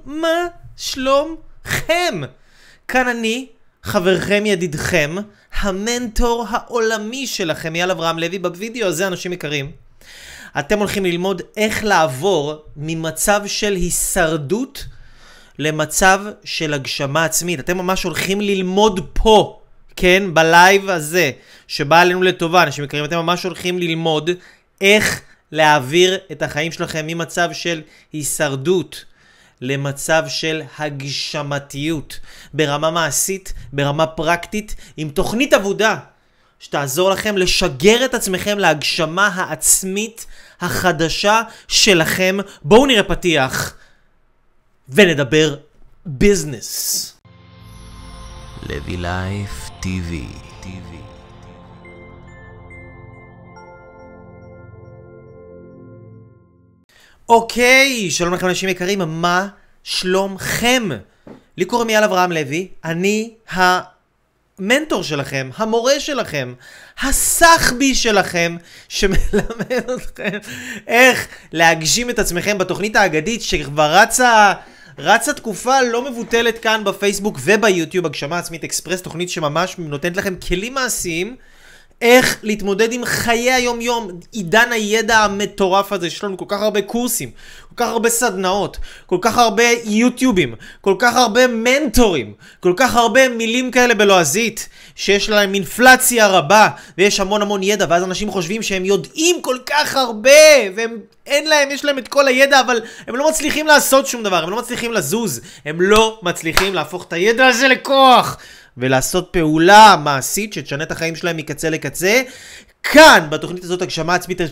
מה שלומכם? כאן אני, חברכם ידידכם, המנטור העולמי שלכם, אייל אברהם לוי. בווידאו הזה, אנשים יקרים, אתם הולכים ללמוד איך לעבור ממצב של הישרדות למצב של הגשמה עצמית. אתם ממש הולכים ללמוד פה, כן? בלייב הזה, שבא עלינו לטובה, אנשים יקרים, אתם ממש הולכים ללמוד איך להעביר את החיים שלכם ממצב של הישרדות למצב של הגשמתיות, ברמה מעשית, ברמה פרקטית, עם תוכנית עבודה שתעזור לכם לשגר את עצמכם להגשמה העצמית החדשה שלכם. בואו נראה פתיח ונדבר ביזנס. לוי לייף טיווי. אוקיי, שלום לכם אנשים יקרים, מה שלומכם? לי קוראים אייל אברהם לוי, אני המנטור שלכם, המורה שלכם, הסחבי שלכם, שמלמד אתכם איך להגשים את עצמכם בתוכנית האגדית שכבר רצה תקופה לא מבוטלת כאן בפייסבוק וביוטיוב, הגשמה עצמית אקספרס, תוכנית שממש נותנת לכם כלים מעשיים איך להתמודד עם חיי היום-יום, עידן הידע המטורף הזה. יש לנו כל כך הרבה קורסים, כל כך הרבה סדנאות, כל כך הרבה יוטיובים, כל כך הרבה מנטורים, כל כך הרבה מילים כאלה בלועזית, שיש להם אינפלציה רבה, ויש המון ידע, ואז אנשים חושבים שהם יודעים כל כך הרבה, ואין להם, יש להם את כל הידע, אבל הם לא מצליחים לעשות שום דבר, הם לא מצליחים לזוז, הם לא מצליחים להפוך את הידע הזה לכוח, ולעשות פעולה מעשית שתשנה את החיים שלהם מקצה לקצה. כאן, בתוכנית הזאת, הגשמה עצמית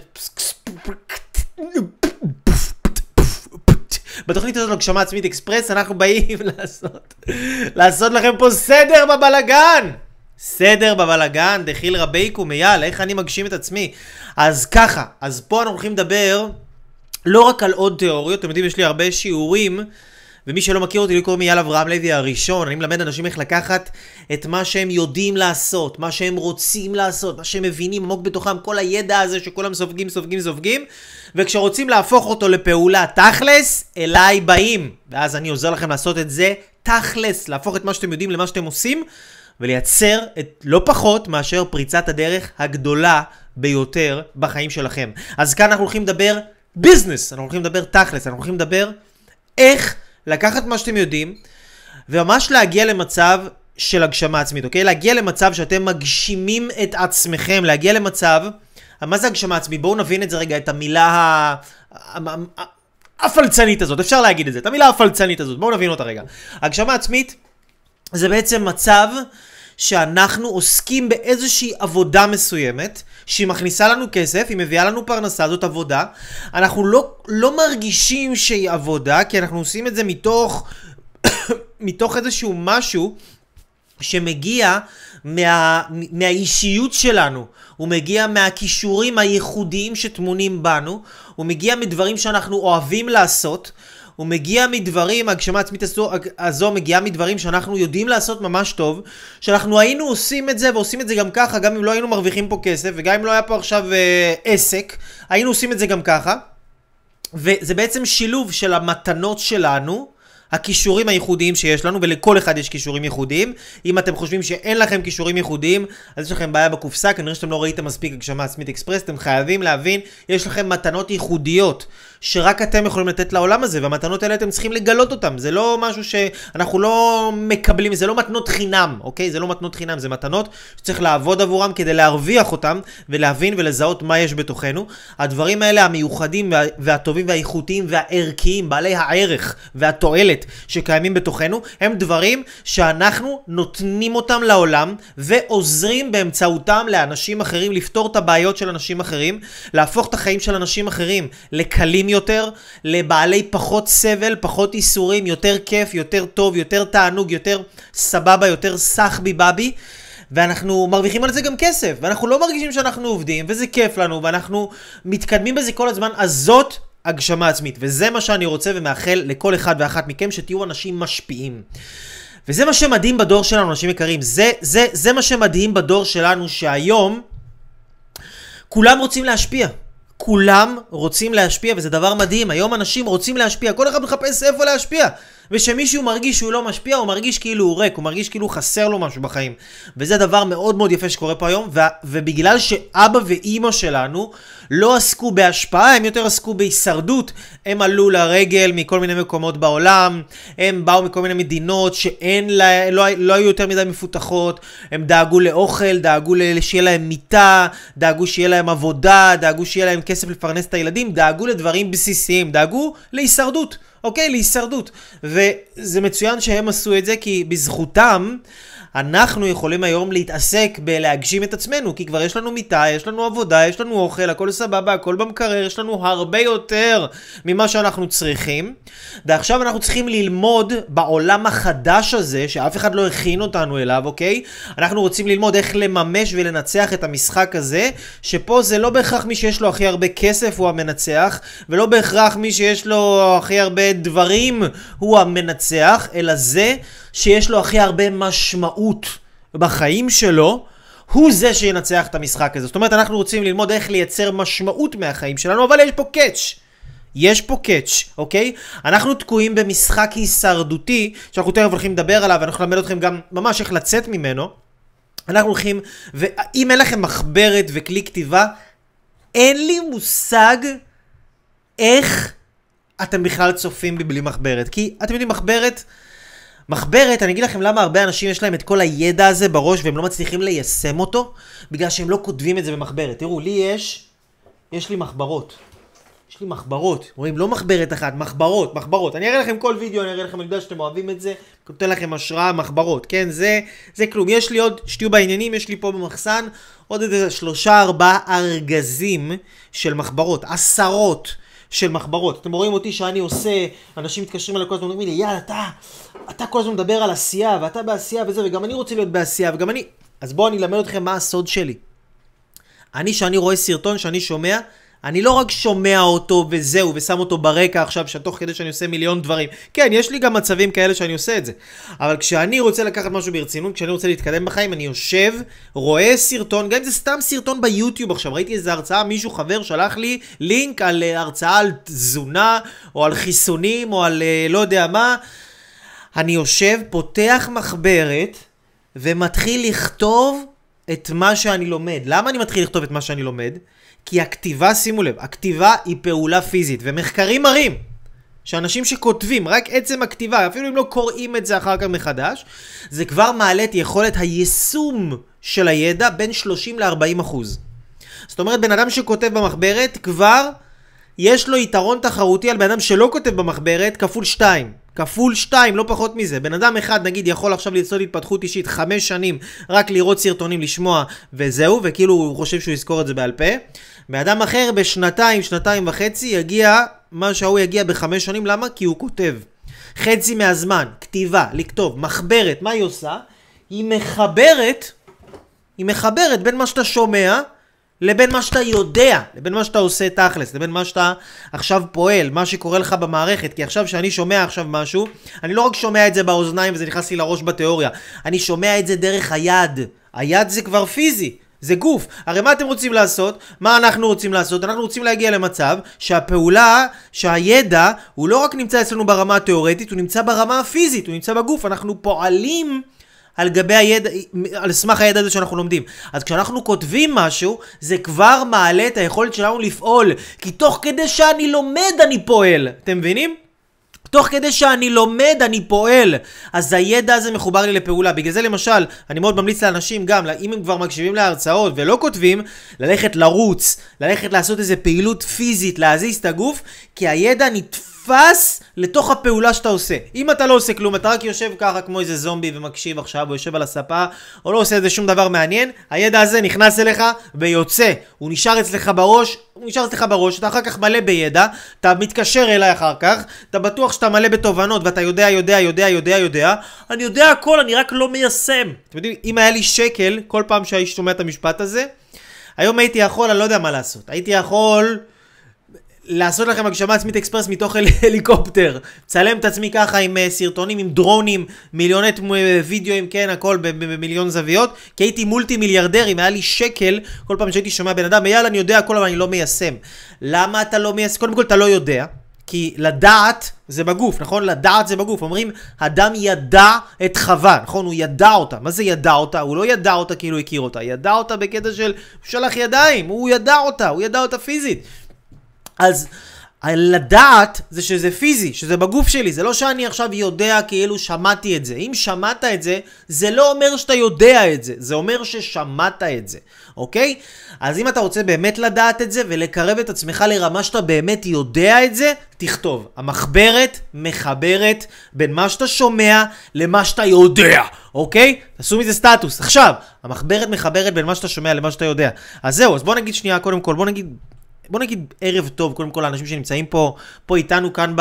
אקספרס, אנחנו באים לעשות לכם פה סדר בבלגן. סדר בבלגן, דחיל רבייקום, אייל, איך אני מגשים את עצמי? אז ככה, אז פה אנחנו הולכים לדבר לא רק על עוד תיאוריות. אתם יודעים, יש לי הרבה שיעורים, ומי שלא מכיר אותי, לי קוראים אייל אברהם לוי הראשון. אני מלמד אנשים איך לקחת את מה שהם יודעים לעשות, מה שהם רוצים לעשות, מה שהם מבינים עמוק בתוכם, כל הידע הזה שכולם סופגים, וכשרוצים להפוך אותו לפעולה תכלס, אליי באים. ואז אני עוזר לכם לעשות את זה תכלס, להפוך את מה שאתם יודעים למה שאתם עושים, ולייצר את לא פחות מאשר פריצת הדרך הגדולה ביותר בחיים שלכם. אז כאן אנחנו הולכים לדבר ביזנס, אנחנו הולכים לדבר תכלס, אנחנו הולכים לדבר איך לקחת מה שאתם יודעים, וממש להגיע למצב של הגשמה עצמית, אוקיי? להגיע למצב שאתם מגשימים את עצמכם, להגיע למצב, מה זה הגשמה עצמית? בואו נבין את זה רגע, את המילה הפלצנית הזאת, אפשר להגיד את זה, את המילה הפלצנית הזאת, בואו נבין אותה רגע. הגשמה עצמית זה בעצם מצב שאנחנו עוסקים באיזושהי עבודה מסוימת, שהיא מכניסה לנו כסף, היא מביאה לנו פרנסה, זאת עבודה. אנחנו לא מרגישים שהיא עבודה, כי אנחנו עושים את זה מתוך איזשהו משהו שמגיע מהאישיות שלנו. הוא מגיע מהכישורים הייחודיים שתמונים בנו, הוא מגיע מדברים שאנחנו אוהבים לעשות, הוא מגיע מדברים, הגשמה עצמית הזו מגיעה מדברים שאנחנו יודעים לעשות ממש טוב, שאנחנו היינו עושים את זה ועושים את זה גם ככה, גם אם לא היינו מרוויחים פה כסף, וגם אם לא היה פה עכשיו עסק, היינו עושים את זה גם ככה. וזה בעצם שילוב של המתנות שלנו, הכישורים הייחודיים שיש לנו, ולכל אחד יש כישורים ייחודיים. אם אתם חושבים שאין לכם כישורים ייחודיים, אז יש לכם בעיה בקופסה, כנראה שאתם לא ראיתם מספיק הגשמה עצמית אקספרס. אתם חייבים להבין, יש לכם מתנות ייחודיות שרק אתם יכולים לתת לעולם הזה, והמתנות האלה אתם צריכים לגלות אותם. זה לא משהו שאנחנו לא מקבלים, זה לא מתנות חינם, אוקיי? זה לא מתנות חינם, זה מתנות שצריך לעבוד עבורם כדי להרוויח אותם, ולהבין ולזהות מה יש בתוכנו. הדברים האלה המיוחדים והטובים והאיכותיים והערכיים, בעלי הערך והתועלת שקיימים בתוכנו, הם דברים שאנחנו נותנים אותם לעולם, ועוזרים באמצעותם לאנשים אחרים, לפתור את הבעיות של אנשים אחרים, להפוך את החיים של אנשים אחרים לקלים יותר, לבעלי פחות סבל, פחות איסורים, יותר כיף, יותר טוב, יותר תענוג, יותר סבבה, יותר סחבי בבי, ואנחנו מרוויחים על זה גם כסף, ואנחנו לא מרגישים שאנחנו עובדים, וזה כיף לנו, ואנחנו מתקדמים בזה כל הזמן. אז זאת הגשמה עצמית, וזה מה שאני רוצה ומאחל לכל אחד ואחת מכם, שתהיו אנשים משפיעים. וזה מה שמדהים בדור שלנו, אנשים יקרים, זה מה שמדהים בדור שלנו, שהיום כולם רוצים להשפיע. כולם רוצים להשפיע, וזה דבר מדהים. היום אנשים רוצים להשפיע, כל אחד מחפש איפה להשפיע. ושמישהו מרגיש שהוא לא משפיע, הוא מרגיש כאילו הוא ריק, הוא מרגיש כאילו חסר לו משהו בחיים. וזה דבר מאוד מאוד יפה שקורה פה היום, ובגלל שאבא ואימא שלנו לא עסקו בהשפעה, הם יותר עסקו בהישרדות. הם עלו לרגל מכל מיני מקומות בעולם, הם באו מכל מיני מדינות לא היו יותר מדי מפותחות, הם דאגו לאוכל, דאגו שיהיה להם מיטה, דאגו שיהיה להם עבודה, דאגו שיהיה להם כסף לפרנס את הילדים, דאגו לדברים בסיסיים, דאגו להישרדות. אוקיי, להישרדות. וזה מצוין שהם עשו את זה, כי בזכותם אנחנו יכולים היום להתעסק בלהגשים את עצמנו, כי כבר יש לנו מיטה, יש לנו עבודה, יש לנו אוכל, הכל סבבה, הכל במקרר, יש לנו הרבה יותר ממה שאנחנו צריכים. ועכשיו אנחנו צריכים ללמוד בעולם החדש הזה, שאף אחד לא הכין אותנו אליו, אוקיי? אנחנו רוצים ללמוד איך לממש ולנצח את המשחק הזה, שפה זה לא בהכרח מי שיש לו הכי הרבה כסף הוא המנצח, ולא בהכרח מי שיש לו הכי הרבה דברים הוא המנצח, אלא זה שיש לו הכי הרבה משמעות בחיים שלו, הוא זה שינצח את המשחק הזה. זאת אומרת, אנחנו רוצים ללמוד איך לייצר משמעות מהחיים שלנו, אבל יש פה קאץ'. יש פה קאץ', אוקיי? אנחנו תקועים במשחק הישרדותי, שאנחנו תכף הולכים לדבר עליו, ואנחנו נלמד אתכם גם ממש איך לצאת ממנו. אנחנו הולכים, ואם אין לכם מחברת וכלי כתיבה, אין לי מושג איך אתם בכלל צופים בי בלי מחברת. כי אתם יודעים, מחברת, אני אגיד לכם למה הרבה אנשים יש להם את כל הידע הזה בראש והם לא מצליחים ליישם אותו, בגלל שהם לא כותבים את זה במחברת. תראו, לי יש לי מחברות. יש לי מחברות. רואים, לא מחברת אחת, מחברות. אני אראה לכם כל וידאו, אני אראה לכם, אני יודע שאתם אוהבים את זה, נותן לכם השראה, מחברות. כן, זה כלום. יש לי עוד, שתהיו בעניינים, יש לי פה במחסן עוד איזה 3-4 ארגזים של מחברות, עשרות של מחברות. אתם רואים אותי שאני עושה, אנשים מתקשרים אליי כל הזמן, אומרים לי, יאללה, אתה כל הזמן מדבר על עשייה, ואתה בעשייה וזה, וגם אני רוצה להיות בעשייה, וגם אני... אז בואו אני אלמד אתכם מה הסוד שלי. שאני רואה סרטון, שאני שומע, אני לא רק שומע אותו וזהו, ושם אותו ברקע עכשיו, שתוך כדי שאני עושה מיליון דברים. כן, יש לי גם מצבים כאלה שאני עושה את זה. אבל כשאני רוצה לקחת משהו ברצינות, כשאני רוצה להתקדם בחיים, אני יושב, רואה סרטון, גם אם זה סתם סרטון ביוטיוב עכשיו, ראיתי איזו הרצאה, מישהו חבר שלח לי לינק על הרצאה על תזונה, או על חיסונים, או על לא יודע מה. אני יושב, פותח מחברת, ומתחיל לכתוב את מה שאני לומד. למה אני מתחיל לכתוב את מה שאני לומד? כי הכתיבה, שימו לב, הכתיבה היא פעולה פיזית, ומחקרים מראים שאנשים שכותבים, רק עצם הכתיבה, אפילו אם לא קוראים את זה אחר כך מחדש, זה כבר מעלה את יכולת היישום של הידע בין 30-40%. זאת אומרת, בן אדם שכותב במחברת, כבר יש לו יתרון תחרותי על בן אדם שלא כותב במחברת, כפול 2. כפול 2, לא פחות מזה. בן אדם אחד, נגיד, יכול עכשיו לעשות התפתחות אישית 5 שנים, רק לראות סרטונים, לשמוע, וזהו, וכאילו הוא חושב שהוא יזכור את זה בעל פה. בן אדם אחר בשנתיים, 2.5, יגיע, מה שהוא יגיע ב5 שנים, למה? כי הוא כותב. חצי מהזמן, כתיבה, לכתוב, מחברת, מה היא עושה? היא מחברת בין מה שאתה שומע, לבין מה שאתה יודע, לבין מה שאתה עושה תכלס, לבין מה שאתה עכשיו פועל, מה שקורה לך במערכת. כי עכשיו שאני שומע עכשיו משהו, אני לא רק שומע את זה באוזניים וזה נכנס לי לראש בתיאוריה, אני שומע את זה דרך היד. היד זה כבר פיזי, זה גוף. הרי מה אתם רוצים לעשות? מה אנחנו רוצים לעשות? אנחנו רוצים להגיע למצב שהפעולה, שהידע, הוא לא רק נמצא אצלנו ברמה התיאורטית, הוא נמצא ברמה הפיזית, הוא נמצא בגוף. אנחנו פועלים על גבי הידע, על סמך הידע הזה שאנחנו לומדים. אז כשאנחנו כותבים משהו, זה כבר מעלה את היכולת שלנו לפעול. כי תוך כדי שאני לומד, אני פועל. אתם מבינים? תוך כדי שאני לומד, אני פועל. אז הידע הזה מחובר לי לפעולה. בגלל זה למשל, אני מאוד ממליץ לאנשים גם, אם הם כבר מקשיבים להרצאות ולא כותבים, ללכת לרוץ, ללכת לעשות איזה פעילות פיזית, להזיז את הגוף, כי הידע נתפס לתוך הפעולה שאתה עושה. אם אתה לא עושה כלום, אתה רק יושב ככה כמו איזה זומבי ומקשיב עכשיו, או יושב על הספה, או לא עושה איזה שום דבר מעניין, הידע הזה נכנס אליך ויוצא. הוא נשאר אצלך בראש, אתה אחר כך מלא בידע, אתה מתקשר אליי אחר כך, אתה בטוח שאתה מלא בתובנות, ואתה יודע, אני יודע הכל, אני רק לא מיישם. אתם יודעים, אם היה לי שקל, כל פעם שהאיש שומע את המשפט הזה, היום הייתי יכול, אני לא יודע מה לעשות, הייתי יכול לעשות לכם הגשמה עצמית אקספרס מתוך הליקופטר, צלם את עצמי ככה עם סרטונים, עם דרונים, מיליוני וידאוים, כן, הכל במיליון זוויות, כי הייתי מולטי מיליארדר, אם היה לי שקל, כל פעם שהייתי שומע בן אדם, יאללה, אני יודע הכל, אבל אני לא מיישם. למה אתה לא מיישם? קודם כל, אתה לא יודע, כי לדעת זה בגוף, נכון? לדעת זה בגוף. אומרים, אדם ידע את חווה, נכון? הוא ידע אותה. מה זה ידע אותה? הוא לא ידע אותה כאילו הוא הכיר אותה. ידע אותה בקטע של שלח ידיים. הוא ידע אותה, הוא ידע אותה פיזית. אז לדעת זה שזה פיזי, שזה בגוף שלי. זה לא שאני עכשיו יודע כאילו שמעתי את זה. אם שמעת את זה, זה לא אומר שאתה יודע את זה. זה אומר ששמעת את זה. אוקיי? אז אם אתה רוצה באמת לדעת את זה ולקרב את עצמך לרמה שאתה באמת יודע את זה, תכתוב. המחברת מחברת בין מה שאתה שומע למה שאתה יודע. אוקיי? תעשו מזה סטטוס. עכשיו, המחברת מחברת בין מה שאתה שומע למה שאתה יודע. אז זהו, אז בוא נגיד שנייה קודם כל, בוא נגיד ערב טוב, קודם כל האנשים שנמצאים פה איתנו כאן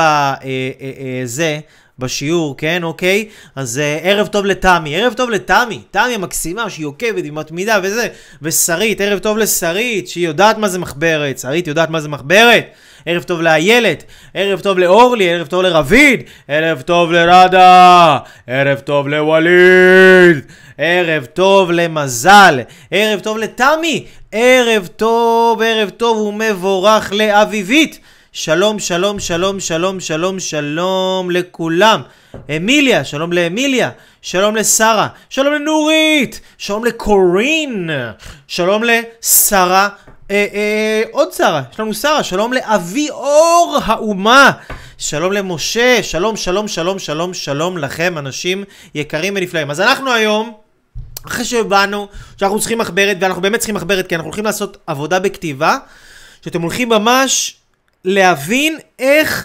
בשיעור, כן, אוקיי? אז ערב טוב לתמי, ערב טוב לתמי, תמי המקסימה שהיא עוקבת, היא מתמידה וזה, ושרית, ערב טוב לשרית, שהיא יודעת מה זה מחברת, שרית יודעת מה זה מחברת, ערב טוב לאיילת, ערב טוב לאורלי, ערב טוב לרביד, ערב טוב לרדה, ערב טוב לווליד, ערב טוב למזל, ערב טוב לתמי, ערב טוב ומבורך לאביבית. שלום, שלום, שלום, שלום, שלום, שלום לכולם. אמיליה, שלום לאמיליה, שלום לשרה, שלום לנורית, שלום לקורין, שלום לשרה, עוד שרה, יש לנו שרה, שלום לאבי אור האומה, שלום למשה, שלום, שלום, שלום, שלום, שלום לכם אנשים יקרים ונפלאים. אז אנחנו היום, אחרי שבאנו שאנחנו צריכים מחברת, ואנחנו באמת צריכים מחברת כי אנחנו הולכים לעשות עבודה בכתיבה, שאתם הולכים ממש להבין איך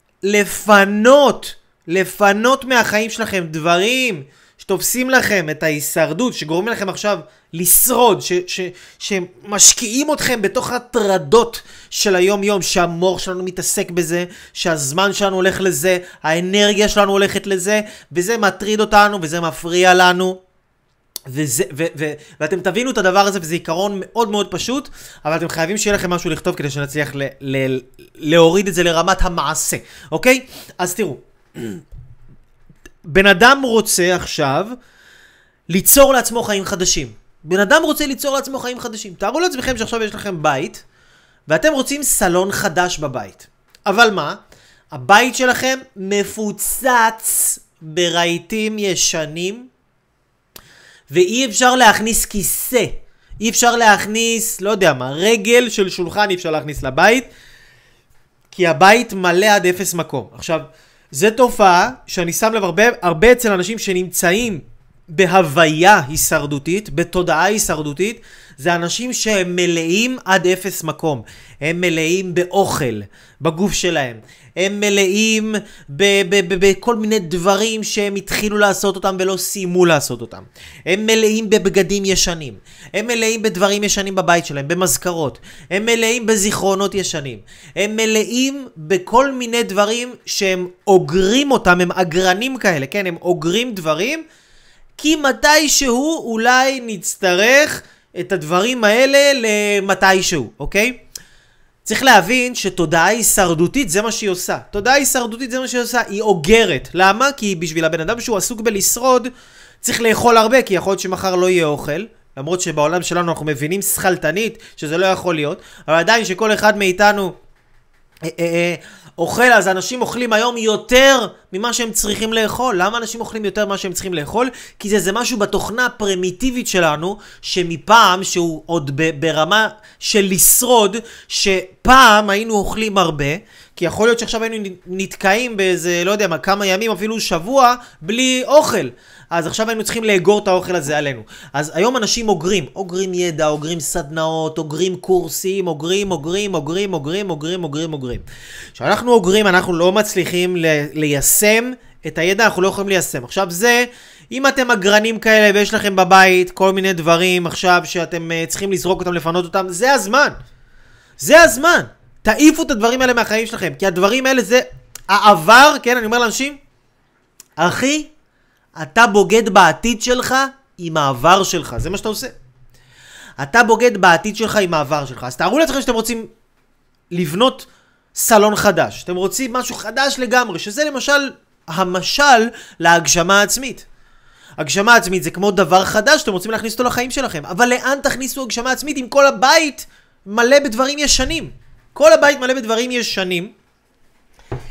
לפנות מהחיים שלכם דברים שתופסים לכם את ההישרדות, שגורמים לכם עכשיו לשרוד, שמשקיעים אתכם בתוך הטרדות של היום יום, שהמוח שלנו מתעסק בזה, שהזמן שלנו הולך לזה, האנרגיה שלנו הולכת לזה, וזה מטריד אותנו וזה מפריע לנו. ואתם תבינו את הדבר הזה, וזה עיקרון מאוד מאוד פשוט, אבל אתם חייבים שיהיה לכם משהו לכתוב כדי שנצליח להוריד את זה לרמת המעשה, אוקיי? אז תראו, בן אדם רוצה עכשיו ליצור לעצמו חיים חדשים. בן אדם רוצה ליצור לעצמו חיים חדשים. תארו לעצמכם שעכשיו יש לכם בית, ואתם רוצים סלון חדש בבית. אבל מה? הבית שלכם מפוצץ ברהיטים ישנים, ואי אפשר להכניס כיסא, אי אפשר להכניס, לא יודע מה, רגל של שולחן אי אפשר להכניס לבית, כי הבית מלא עד אפס מקום. עכשיו, זו תופעה שאני שם לב הרבה אצל אנשים שנמצאים בהוויה הישרדותית, בתודעה הישרדותית, זה אנשים שהם מלאים עד אפס מקום. הם מלאים באוכל, בגוף שלהם. הם מלאים בכל מיני דברים שהם התחילו לעשות אותם ולא סיימו לעשות אותם. הם מלאים בבגדים ישנים. הם מלאים בדברים ישנים בבית שלהם, במזכרות. הם מלאים בזיכרונות ישנים. הם מלאים בכל מיני דברים שהם אוגרים אותם, הם אגרנים כאלה, כן? הם אוגרים דברים, כי מתישהו אולי נצטרך את הדברים האלה למתישהו, אוקיי? צריך להבין שתודעה הישרדותית זה מה שהיא עושה. תודעה הישרדותית זה מה שהיא עושה. היא אוגרת. למה? כי בשביל הבן אדם שהוא עסוק בלשרוד, צריך לאכול הרבה, כי יכול להיות שמחר לא יהיה אוכל. למרות שבעולם שלנו אנחנו מבינים שכלתנית שזה לא יכול להיות. אבל עדיין שכל אחד מאיתנו אוכל, אז אנשים אוכלים היום יותר ממה שהם צריכים לאכול. למה אנשים אוכלים יותר ממה שהם צריכים לאכול? כי זה משהו בתוכנה הפרימיטיבית שלנו, שמפעם, שהוא עוד ברמה של לשרוד, שפעם היינו אוכלים הרבה, כי יכול להיות שעכשיו היינו נתקעים באיזה, לא יודע מה, כמה ימים, אפילו שבוע, בלי אוכל. אז עכשיו היינו צריכים לאגור את האוכל הזה עלינו. אז היום אנשים אוגרים ידע, אוגרים סדנאות, אוגרים קורסים, אוגרים. כשאנחנו אוגרים, אנחנו לא מצליחים ליישם את הידע, אנחנו לא יכולים ליישם. עכשיו זה, אם אתם אגרנים כאלה ויש לכם בבית כל מיני דברים עכשיו שאתם צריכים לזרוק אותם, לפנות אותם, זה הזמן. זה הזמן. תעיפו את הדברים האלה מהחיים שלכם, כי הדברים האלה זה העבר, כן, אני אומר לאנשים, אחי, אתה בוגד בעתיד שלך עם העבר שלך. זה מה שאתה עושה. אתה בוגד בעתיד שלך עם העבר שלך. אז תארו לעצמכם שאתם רוצים לבנות סלון חדש. אתם רוצים משהו חדש לגמרי, שזה למשל המשל להגשמה עצמית. הגשמה עצמית זה כמו דבר חדש שאתם רוצים להכניס אותו לחיים שלכם. אבל לאן תכניסו הגשמה עצמית אם כל הבית מלא בדברים ישנים? כל הבית מלא בדברים ישנים.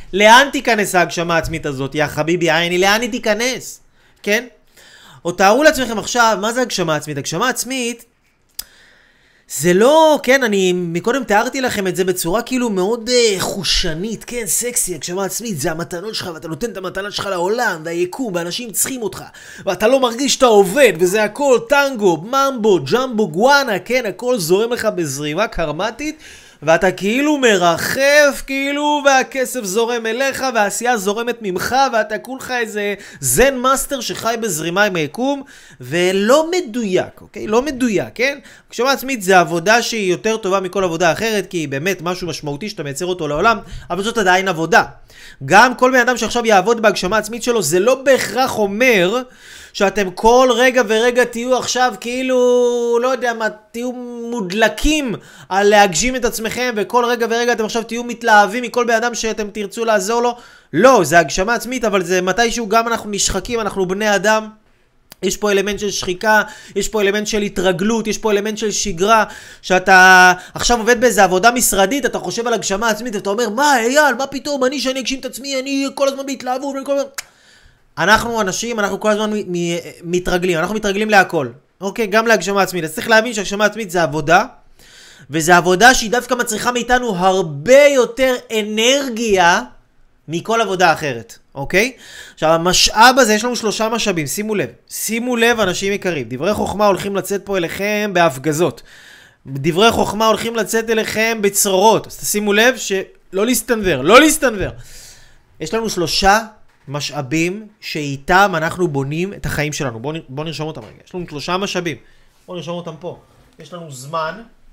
לאן תיכנס ההגשמה העצמית הזאת, יא חביבי עיני, לאן היא תיכנס? כן? או תארו לעצמכם עכשיו, מה זה הגשמה עצמית? הגשמה עצמית, זה לא, כן, אני מקודם תיארתי לכם את זה בצורה כאילו מאוד חושנית, כן, סקסי, הגשמה עצמית, זה המתנות שלך, ואתה נותן את המתנה שלך לעולם, והיקום, ואנשים צריכים אותך, ואתה לא מרגיש שאתה עובד, וזה הכל טנגו, ממבו, ג'מבו, גואנה, כן, הכל זורם לך בזרימה קרמטית, ואתה כאילו מרחף, כאילו, והכסף זורם אליך, והעשייה זורמת ממך, ואתה כולך איזה זן מאסטר שחי בזרימה עם היקום, ולא מדויק, אוקיי? לא מדויק, כן? הגשמה עצמית זה עבודה שהיא יותר טובה מכל עבודה אחרת, כי היא באמת משהו משמעותי שאתה מייצר אותו לעולם, אבל זאת עדיין עבודה. גם כל בן אדם שעכשיו יעבוד בהגשמה עצמית שלו, זה לא בהכרח אומר שאתם כל רגע ורגע תהיו עכשיו כאילו, לא יודע מה, תהיו מודלקים על להגשים את עצמכם, וכל רגע ורגע אתם עכשיו תהיו מתלהבים מכל בן אדם שאתם תרצו לעזור לו. לא, זה הגשמה עצמית, אבל זה מתישהו גם אנחנו נשחקים, אנחנו בני אדם. יש פה אלמנט של שחיקה, יש פה אלמנט של התרגלות, יש פה אלמנט של שגרה, שאתה עכשיו עובד באיזה עבודה משרדית, אתה חושב על הגשמה עצמית, ואתה אומר, מה אייל, מה פתאום, שאני אגשים את עצמי, אני כל הזמן בהתלהבות, אנחנו אנשים, אנחנו כל הזמן מתרגלים, אנחנו מתרגלים להכל, אוקיי? גם להגשמה עצמית. אז צריך להבין שהגשמה עצמית זה עבודה, וזו עבודה שהיא דווקא מצריכה מאיתנו הרבה יותר אנרגיה מכל עבודה אחרת, אוקיי? עכשיו, המשאב הזה, יש לנו 3 משאבים, שימו לב אנשים יקרים, דברי חוכמה הולכים לצאת פה אליכם בהפגזות, דברי חוכמה הולכים לצאת אליכם בצרורות, אז תשימו לב שלא להסתנבר, לא להסתנבר. יש לנו 3 משאבים שאיתם אנחנו בונים את החיים שלנו. בואו נרשום אותם רגע. יש לנו 3 משאבים. בואו נרשום אותם פה. יש לנו זמן,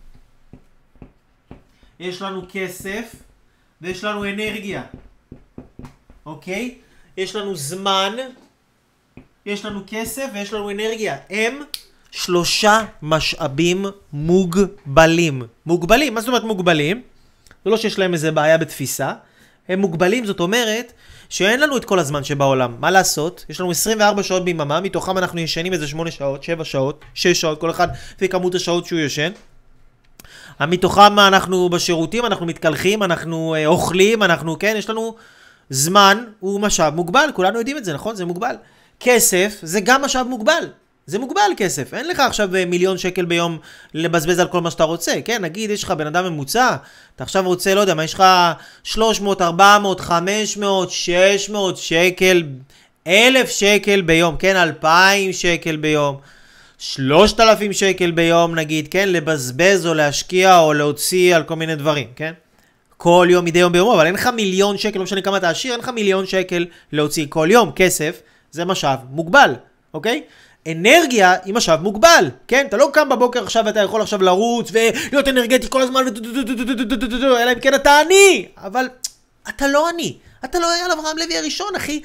יש לנו כסף, ויש לנו אנרגיה. אוקיי? יש לנו זמן, יש לנו כסף, ויש לנו אנרגיה. הם 3 משאבים מוגבלים. מוגבלים? מה זאת אומרת מוגבלים? זה לא שיש להם איזה בעיה בתפיסה. הם מוגבלים, זאת אומרת שאין לנו את כל הזמן שבעולם. מה לעשות? יש לנו 24 שעות ביממה, מתוכם אנחנו ישנים איזה 8 שעות, 7 שעות, 6 שעות, כל אחד לפי כמות השעות שהוא ישן. מתוכם אנחנו בשירותים, אנחנו מתקלחים, אנחנו אוכלים, אנחנו, כן, יש לנו זמן, הוא משאב מוגבל, כולנו יודעים את זה, נכון? זה מוגבל. כסף זה גם משאב מוגבל. זה מוגבל כסף, אין לך עכשיו 1,000,000 שקל ביום לבזבז על כל מה שאתה רוצה, כן? נגיד, יש לך בן אדם ממוצע, אתה עכשיו רוצה, לא יודע מה, יש לך 300, 400, 500, 600 שקל, 1,000 שקל ביום, כן? 2,000 שקל ביום, 3,000 שקל ביום, נגיד, כן? לבזבז או להשקיע או להוציא על כל מיני דברים, כן? כל יום, מדי יום ביומו, אבל אין לך 1,000,000 שקל, לא משנה כמה אתה עשיר, אין לך 1,000,000 שקל להוציא כל יום. כסף זה משאב מוגבל, אוקיי? אנרגיה היא משאב מוגבל, כן? אתה לא קם בבוקר עכשיו ואתה יכול עכשיו לרוץ ולהיות אנרגטי כל הזמן אלא אם כן אתה עני, אבל אתה לא עני, אתה לא אייל אברהם לוי הראשון, אחי,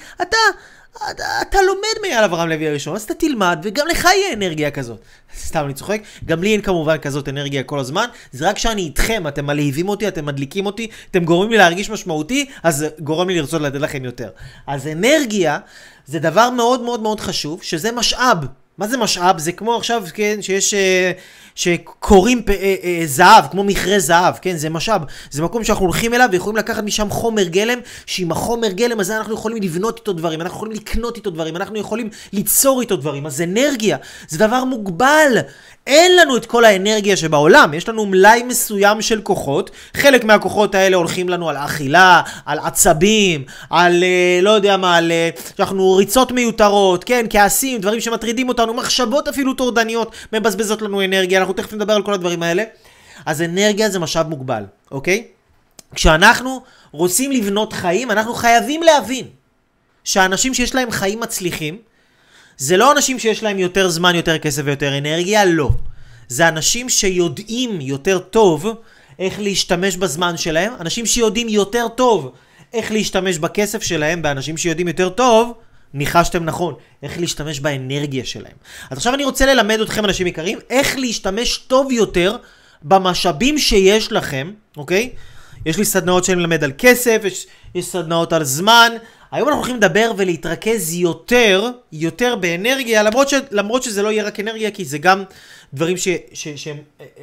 אתה לומד מאייל אברהם לוי הראשון, אז אתה תלמד וגם לך יהיה אנרגיה כזאת. סתם אני צוחק, גם לי אין כמובן כזאת אנרגיה כל הזמן, זה רק שאני איתכם, אתם מלהיבים אותי, אתם מדליקים אותי, אתם גורמים לי להרגיש משמעותי, אז גורם לי לרצות לתת לכם יותר. אז אנרגיה זה דבר מאוד מאוד מאוד חשוב, שזה משאב. מה זה משאב? זה כמו עכשיו, כן, שיש, שקוראים זהב, כמו מכרה זהב, כן, זה משאב. זה מקום שאנחנו הולכים אליו ויכולים לקחת משם חומר גלם, שעם החומר גלם הזה אנחנו יכולים לבנות איתו דברים, אנחנו יכולים לקנות איתו דברים, אנחנו יכולים ליצור איתו דברים. אז אנרגיה זה דבר מוגבל. אין לנו את כל האנרגיה שבעולם, יש לנו מלאי מסוים של כוחות, חלק מהכוחות האלה הולכים לנו על אכילה, על עצבים, על לא יודע מה, על שאנחנו ריצות מיותרות, כן, כעסים, דברים שמטרידים אותנו, מחשבות אפילו טורדניות, מבזבזות לנו אנרגיה, אנחנו תכף נדבר על כל הדברים האלה. אז אנרגיה זה משאב מוגבל, אוקיי? כשאנחנו רוצים לבנות חיים, אנחנו חייבים להבין שהאנשים שיש להם חיים מצליחים, זה לא אנשים שיש להם יותר זמן, יותר כסף ויותר אנרגיה, לא. זה אנשים שיודעים יותר טוב איך להשתמש בזמן שלהם, אנשים שיודעים יותר טוב איך להשתמש בכסף שלהם, באנשים שיודעים יותר טוב, ניחשתם נכון, איך להשתמש באנרגיה שלהם. אז עכשיו אני רוצה ללמד אתכם, אנשים יקרים, איך להשתמש טוב יותר במשאבים שיש לכם, אוקיי? יש לי סדנאות שאני מלמד על כסף, יש סדנאות על זמן. היום אנחנו הולכים לדבר ולהתרכז יותר באנרגיה, למרות שזה לא יהיה רק אנרגיה, כי זה גם דברים שהם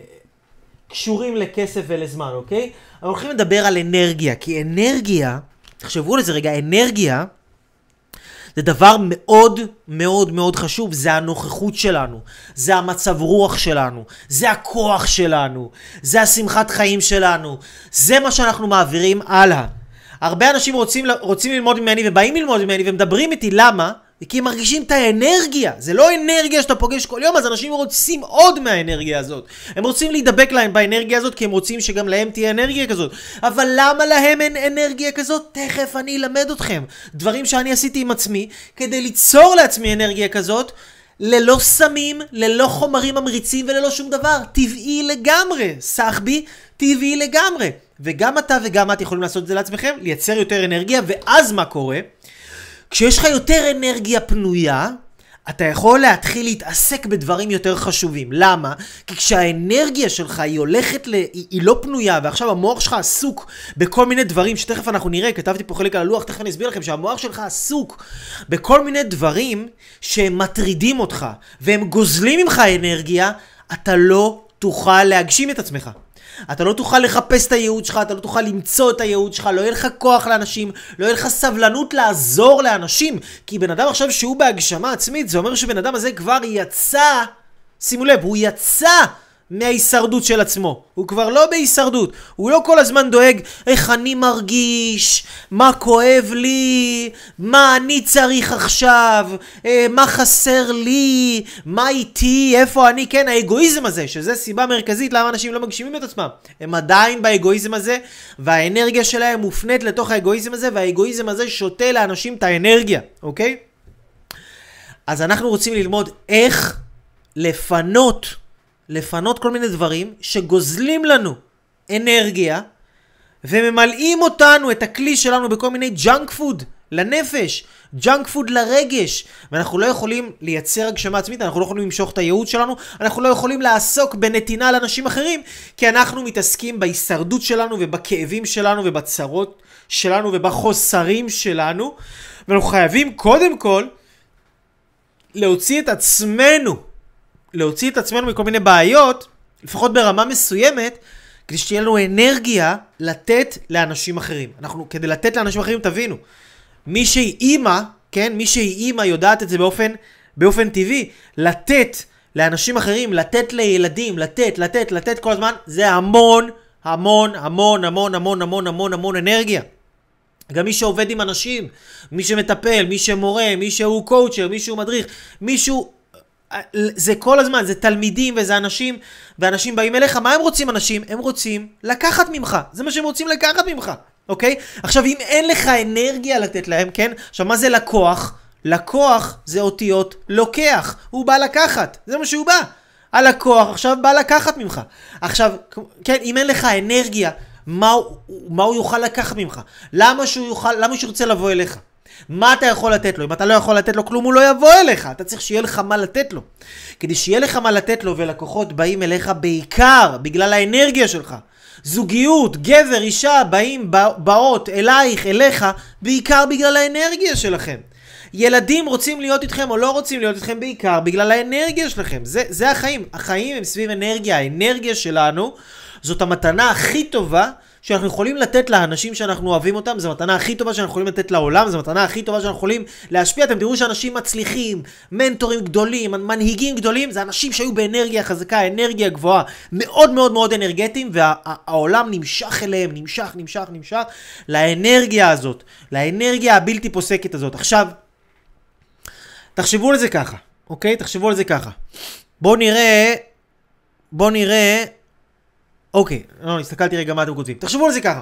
קשורים לכסף ולזמן, אוקיי? אנחנו הולכים לדבר על אנרגיה, כי אנרגיה תחשבו על זה רגע, אנרגיה זה דבר מאוד מאוד מאוד חשוב, זה הנוכחות שלנו, זה המצב רוח שלנו, זה הכוח שלנו, זה השמחת חיים שלנו, זה מה שאנחנו מעבירים הלאה. הרבה אנשים רוצים ללמוד ממני ובאים ללמוד ממני ומדברים איתי, למה? כי הם מרגישים את האנרגיה, זה לא אנרגיה שאתה פוגש כל יום, אז אנשים רוצים עוד מהאנרגיה הזאת. הם רוצים להידבק להם באנרגיה הזאת, כי הם רוצים שגם להם תהיה אנרגיה כזאת. אבל למה להם אין אנרגיה כזאת? תכף אני אלמד אתכם. דברים שאני עשיתי עם עצמי, כדי ליצור לעצמי אנרגיה כזאת, ללא סמים, ללא חומרים ממריצים וללא שום דבר. טבעי לגמרי, סחבי, טבעי לגמרי. וגם אתה וגם את יכולים לעשות את זה לעצמכם, לייצר יותר אנרגיה, ואז מה קורה? כשיש לך יותר אנרגיה פנויה, אתה יכול להתחיל להתעסק בדברים יותר חשובים. למה? כי כשהאנרגיה שלך היא לא פנויה, ועכשיו המוח שלך עסוק בכל מיני דברים שתכף אנחנו נראה, כתבתי פה חלק על הלוח, תכף אני אסביר לכם שהמוח שלך עסוק בכל מיני דברים שהם מטרידים אותך, והם גוזלים ממך אנרגיה, אתה לא תוכל להגשים את עצמך. אתה לא תוכל לחפש את הייעוד שלך, אתה לא תוכל למצוא את הייעוד שלך, לא יהיה לך כוח לאנשים, לא יהיה לך סבלנות לעזור לאנשים, כי בן אדם עכשיו שהוא בהגשמה עצמית, זה אומר שבן אדם הזה כבר יצא, שימו לב, הוא יצא מההישרדות של עצמו, הוא כבר לא בהישרדות, הוא לא כל הזמן דואג איך אני מרגיש, מה כואב לי, מה אני צריך עכשיו, מה חסר לי, מה איתי, איפה אני, כן, האגואיזם הזה, שזה סיבה מרכזית למה אנשים לא מגשימים את עצמם, הם עדיין באגואיזם הזה, והאנרגיה שלהם מופנית לתוך האגואיזם הזה, והאגואיזם הזה שותה לאנשים את האנרגיה, אוקיי? אז אנחנו רוצים ללמוד איך לפנות כל מיני דברים שגוזלים לנו אנרגיה וממלאים אותנו, את הכלי שלנו, בכל מיני ג'אנק פוד לנפש, ג'אנק פוד לרגש, ואנחנו לא יכולים לייצר הגשמה עצמית, אנחנו לא יכולים למשוך את הייעוד שלנו, אנחנו לא יכולים לעסוק בנתינה לאנשים אחרים, כי אנחנו מתעסקים בהישרדות שלנו ובכאבים שלנו ובצרות שלנו ובחוסרים שלנו, ואנחנו חייבים קודם כל להוציא את עצמנו מכל מיני בעיות, לפחות ברמה מסוימת, כדי שתהיה לנו אנרגיה לתת לאנשים אחרים. כדי לתת לאנשים אחרים, תבינו, מי שהיא אימא, כן? מי שהיא אימא יודעת את זה באופן טבעי, לתת לאנשים אחרים, לתת לילדים, לתת כל הזמן, זה המון אנרגיה. גם מי שעובד עם אנשים, מי שמטפל, מי שמורה, מי שהוא קואוצ'ר, מי שהוא מדריך, זה כל הזמן, זה תלמידים וזה אנשים, ואנשים באים אליך, מה הם רוצים אנשים? הם רוצים לקחת ממך, זה מה שהם רוצים לקחת ממך, אוקיי? עכשיו אם אין לך אנרגיה לתת להם, כן? עכשיו מה זה לקוח? לקוח זה אותיות לוקח, הוא בא לקחת, זה מה שהוא בא. הלקוח עכשיו בא לקחת ממך. עכשיו, כן, אם אין לך אנרגיה, מה הוא יוכל לקחת ממך? למה שהוא ירצה לבוא אליך? מה אתה יכול לתת לו? אם אתה לא יכול לתת לו כלום, הוא לא יבוא אליך. אתה צריך שיהיה לך מה לתת לו. כדי שיהיה לך מה לתת לו, ולקוחות באים אליך בעיקר בגלל האנרגיה שלך. זוגיות, גבר, אישה, באות אלייך, אליך, בעיקר בגלל האנרגיה שלכם. ילדים רוצים להיות איתכם או לא רוצים להיות איתכם בעיקר בגלל האנרגיה שלכם. זה החיים. החיים הם סביב אנרגיה. האנרגיה שלנו זאת המתנה הכי טובה שאנחנו יכולים לתת לאנשים שאנחנו אוהבים אותם, זו מתנה הכי טובה שאנחנו יכולים לתת לעולם, זו מתנה הכי טובה שאנחנו יכולים להשפיע. אתם תראו שאנשים מצליחים, מנטורים גדולים, מנהיגים גדולים, זה אנשים שהיו באנרגיה חזקה, אנרגיה גבוהה, מאוד מאוד מאוד אנרגטיים, והעולם נמשך אליהם, נמשך לאנרגיה הזאת, לאנרגיה הבלתי פוסקת הזאת. עכשיו, תחשבו על זה ככה, אוקיי? תחשבו על זה ככה. בואו נראה, אוקיי, לא, הסתכלתי רגע מה אתם כותבים. תחשבו על זה ככה.